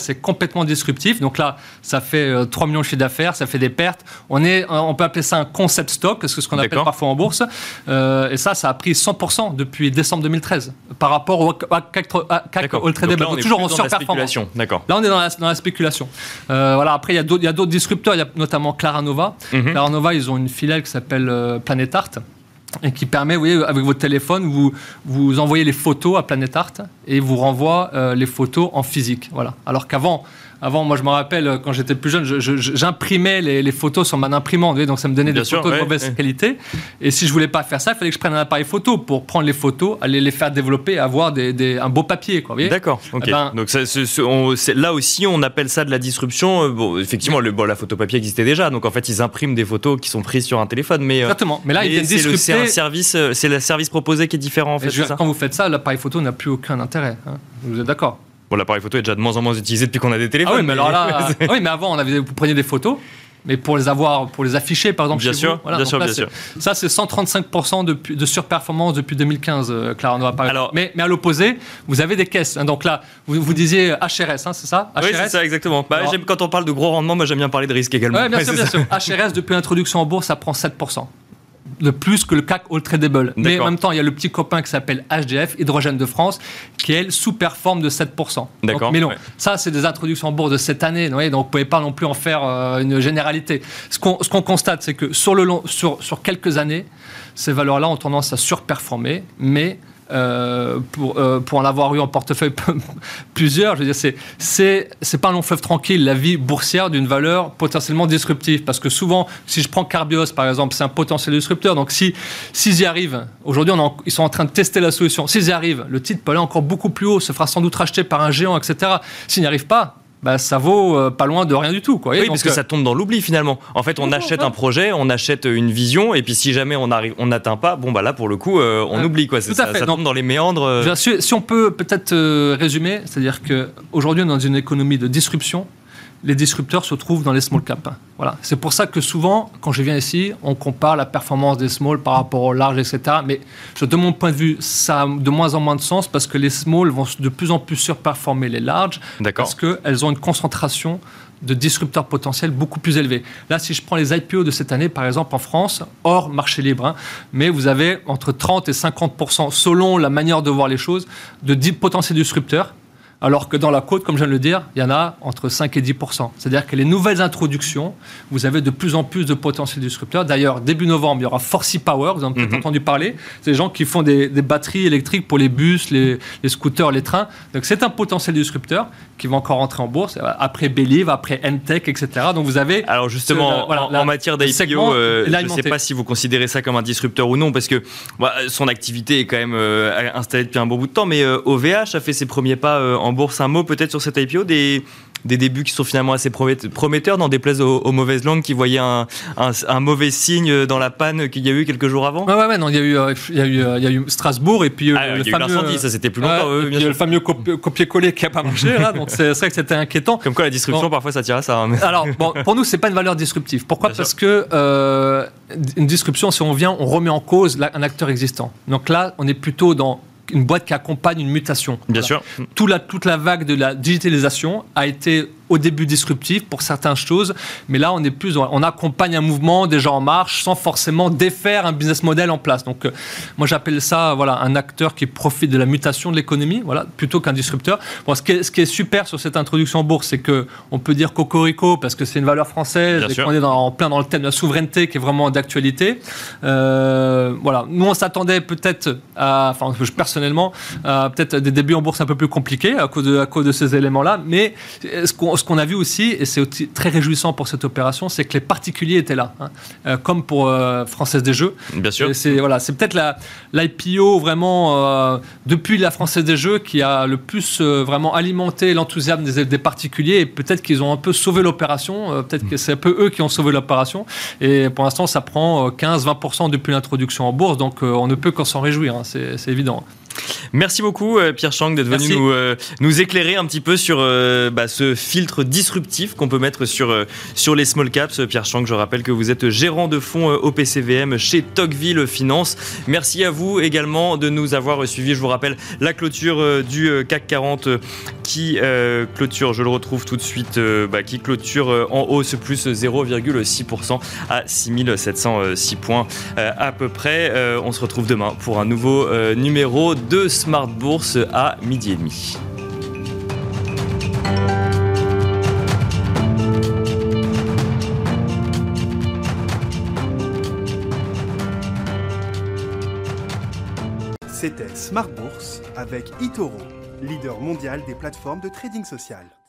c'est complètement disruptif. Donc là, ça fait euh, trois millions de chiffre d'affaires, ça fait des pertes. On, est, on peut appeler ça un concept stock, c'est ce qu'on appelle D'accord. parfois en bourse. Euh, et ça, ça a pris cent pour cent depuis décembre deux mille treize par rapport au C A C All Tradable. Donc là, toujours en plus dans la surperformance. spéculation. D'accord. Là, on est dans la, dans la spéculation. Euh, voilà. Après, il y a d'autres, il y a d'autres disrupteurs. Il y a notamment Claranova. Mhm. Claranova, ils ont une filiale qui s'appelle euh, Planet Art et qui permet, vous voyez, avec votre téléphone, vous, vous envoyez les photos à Planet Art et vous renvoie euh, les photos en physique. Voilà. Alors qu'avant, avant, moi, je me rappelle, quand j'étais plus jeune, je, je, j'imprimais les, les photos sur ma imprimante, vous voyez, donc ça me donnait Bien des sûr, photos ouais, de mauvaise ouais. qualité. Et si je voulais pas faire ça, il fallait que je prenne un appareil photo pour prendre les photos, aller les faire développer et avoir des, des, un beau papier, quoi, vous voyez. D'accord. Ok. Eh ben, donc ça, c'est, c'est, on, c'est, là aussi, on appelle ça de la disruption. Bon, effectivement, le, bon, la photo papier existait déjà, donc en fait, ils impriment des photos qui sont prises sur un téléphone, mais euh, Exactement. Mais là, mais ils viennent c'est, le, c'est disrupter. un service, euh, c'est le service proposé qui est différent en fait. Et je- C'est ça quand vous faites ça, l'appareil photo n'a plus aucun intérêt. Hein. Vous êtes d'accord? Bon, l'appareil photo est déjà de moins en moins utilisé depuis qu'on a des téléphones. Ah oui, mais alors là, ah oui, mais avant, on avait, vous preniez des photos, mais pour les avoir, pour les afficher, par exemple, Bien chez sûr, vous. Voilà, bien donc sûr, là, bien c'est- sûr. Ça, c'est cent trente-cinq pour cent de, de surperformance depuis deux mille quinze, euh, Claranova, par exemple. Alors- mais, mais à l'opposé, vous avez des caisses. Hein, donc là, vous, vous disiez H R S, hein, c'est ça? H R S. Oui, c'est ça, exactement. Bah, Alors- j'aime, quand on parle de gros rendement, moi j'aime bien parler de risque également. Ouais, bien Ouais, sûr, c'est bien ça. sûr. H R S, depuis l'introduction en bourse, ça prend sept pour cent. De plus que le C A C All Tradable. Mais D'accord. en même temps, il y a le petit copain qui s'appelle H D F, Hydrogène de France, qui, elle, sous-performe de sept pour cent. Donc, D'accord, mais non, ouais. ça, c'est des introductions en bourse de cette année. Vous voyez, donc, vous ne pouvez pas non plus en faire euh, une généralité. Ce qu'on, ce qu'on constate, c'est que sur, le long, sur, sur quelques années, ces valeurs-là ont tendance à surperformer, mais euh, pour, euh, pour en avoir eu en portefeuille plusieurs, je veux dire, c'est, c'est, c'est pas un long fleuve tranquille, la vie boursière d'une valeur potentiellement disruptive. Parce que souvent, si je prends Carbios, par exemple, c'est un potentiel disrupteur. Donc, si, s'ils y arrivent, aujourd'hui, on en- ils sont en train de tester la solution. S'ils y arrivent, le titre peut aller encore beaucoup plus haut, se fera sans doute racheter par un géant, et cetera. S'ils n'y arrivent pas, bah, ça vaut euh, pas loin de rien du tout, quoi. Et Oui, donc, parce que euh, ça tombe dans l'oubli finalement. En fait, on Non, achète non. un projet, on achète une vision, et puis si jamais on arrive, on n'atteint pas, bon bah là pour le coup, euh, on Ouais. oublie quoi. C'est Tout à ça, fait. ça Donc, tombe dans les méandres. euh. Je veux dire, si, si on peut peut-être euh, résumer, c'est-à-dire qu'aujourd'hui, on est dans une économie de disruption. Les disrupteurs se trouvent dans les small caps. Voilà. C'est pour ça que souvent, quand je viens ici, on compare la performance des small par rapport au large, et cetera. Mais je- de mon point de vue, ça a de moins en moins de sens parce que les small vont de plus en plus surperformer les larges D'accord. parce qu'elles ont une concentration de disrupteurs potentiels beaucoup plus élevée. Là, si je prends les I P O de cette année, par exemple, en France, hors marché libre, hein, mais vous avez entre trente et cinquante pour cent, selon la manière de voir les choses, de dix potentiels disrupteurs. Alors que dans la côte, comme je viens de le dire, il y en a entre cinq et dix pour cent. C'est-à-dire que les nouvelles introductions, vous avez de plus en plus de potentiels disrupteurs. D'ailleurs, début novembre, il y aura Forcy Power, vous en avez peut-être Mhm. entendu parler. C'est des gens qui font des, des batteries électriques pour les bus, les, les scooters, les trains. Donc c'est un potentiel disrupteur qui va encore rentrer en bourse. Après Believe, après N-Tech, et cetera. Donc vous avez... Alors justement, Ce- la- voilà, en, la- en matière le d'I P segment O, euh, est je ne sais alimenté. pas si vous considérez ça comme un disrupteur ou non, parce que bah, son activité est quand même euh, installée depuis un bon bout de temps, mais euh, O V H a fait ses premiers pas euh, en bourse. Un mot peut-être sur cette I P O, des, des débuts qui sont finalement assez promet- prometteurs, n'en déplaise aux, aux mauvaises langues qui voyaient un, un, un mauvais signe dans la panne qu'il y a eu quelques jours avant. Ouais, ouais, ouais, non, il y a eu, euh, il y a eu, euh, il y a eu Strasbourg et puis euh, Ah, le il y a eu fameux... l'incendie, ça c'était plus longtemps. Ouais, oui, et bien puis sûr. le fameux copi- copier-coller qui n'a pas marché, là, donc c'est, c'est vrai que c'était inquiétant. Comme quoi la disruption, Bon. parfois ça tire à ça. hein, mais- Alors, bon, pour nous, c'est pas une valeur disruptive. Pourquoi? Bien Parce que euh, une disruption, si on vient, on remet en cause la- un acteur existant. Donc là, on est plutôt dans une boîte qui accompagne une mutation. Bien Voilà. sûr. Tout la, toute la vague de la digitalisation a été au début disruptive pour certaines choses, mais là on est plus dans- on accompagne un mouvement déjà en marche sans forcément défaire un business model en place. Donc euh, moi j'appelle ça voilà un acteur qui profite de la mutation de l'économie, voilà, plutôt qu'un disrupteur. Bon, ce qui est, ce qui est super sur cette introduction en bourse, c'est que on peut dire cocorico parce que c'est une valeur française Bien et sûr. qu'on est dans, en plein dans le thème de la souveraineté qui est vraiment d'actualité. Euh, voilà, nous on s'attendait peut-être à, enfin je, personnellement, à peut-être des débuts en bourse un peu plus compliqués à cause de, à cause de ces éléments-là, mais ce qu'on, ce qu'on a vu aussi, et c'est aussi très réjouissant pour cette opération, c'est que les particuliers étaient là, hein, euh, comme pour euh, Française des Jeux. Bien sûr. Et c'est, voilà, c'est peut-être la, l'I P O vraiment, euh, depuis la Française des Jeux, qui a le plus euh, vraiment alimenté l'enthousiasme des, des particuliers, et peut-être qu'ils ont un peu sauvé l'opération, euh, peut-être que c'est un peu eux qui ont sauvé l'opération, et pour l'instant ça prend euh, quinze à vingt pour cent depuis l'introduction en bourse, donc euh, on ne peut qu'en s'en réjouir, hein, c'est, c'est évident. Merci beaucoup Pierre Chang d'être venu nous, euh, nous éclairer un petit peu sur euh, bah, ce filtre disruptif qu'on peut mettre sur, euh, sur les small caps. Pierre Chang, je rappelle que vous êtes gérant de fonds euh, au P C V M chez Tocqueville Finance. Merci à vous également de nous avoir suivis. Je vous rappelle la clôture euh, du euh, C A C quarante euh, qui euh, clôture, je le retrouve tout de suite, euh, bah, qui clôture euh, en hausse plus zéro virgule six pour cent à six mille sept cent six points euh, à peu près. Euh, on se retrouve demain pour un nouveau euh, numéro de Smart Bourse à midi et demi. C'était Smart Bourse avec eToro, leader mondial des plateformes de trading social.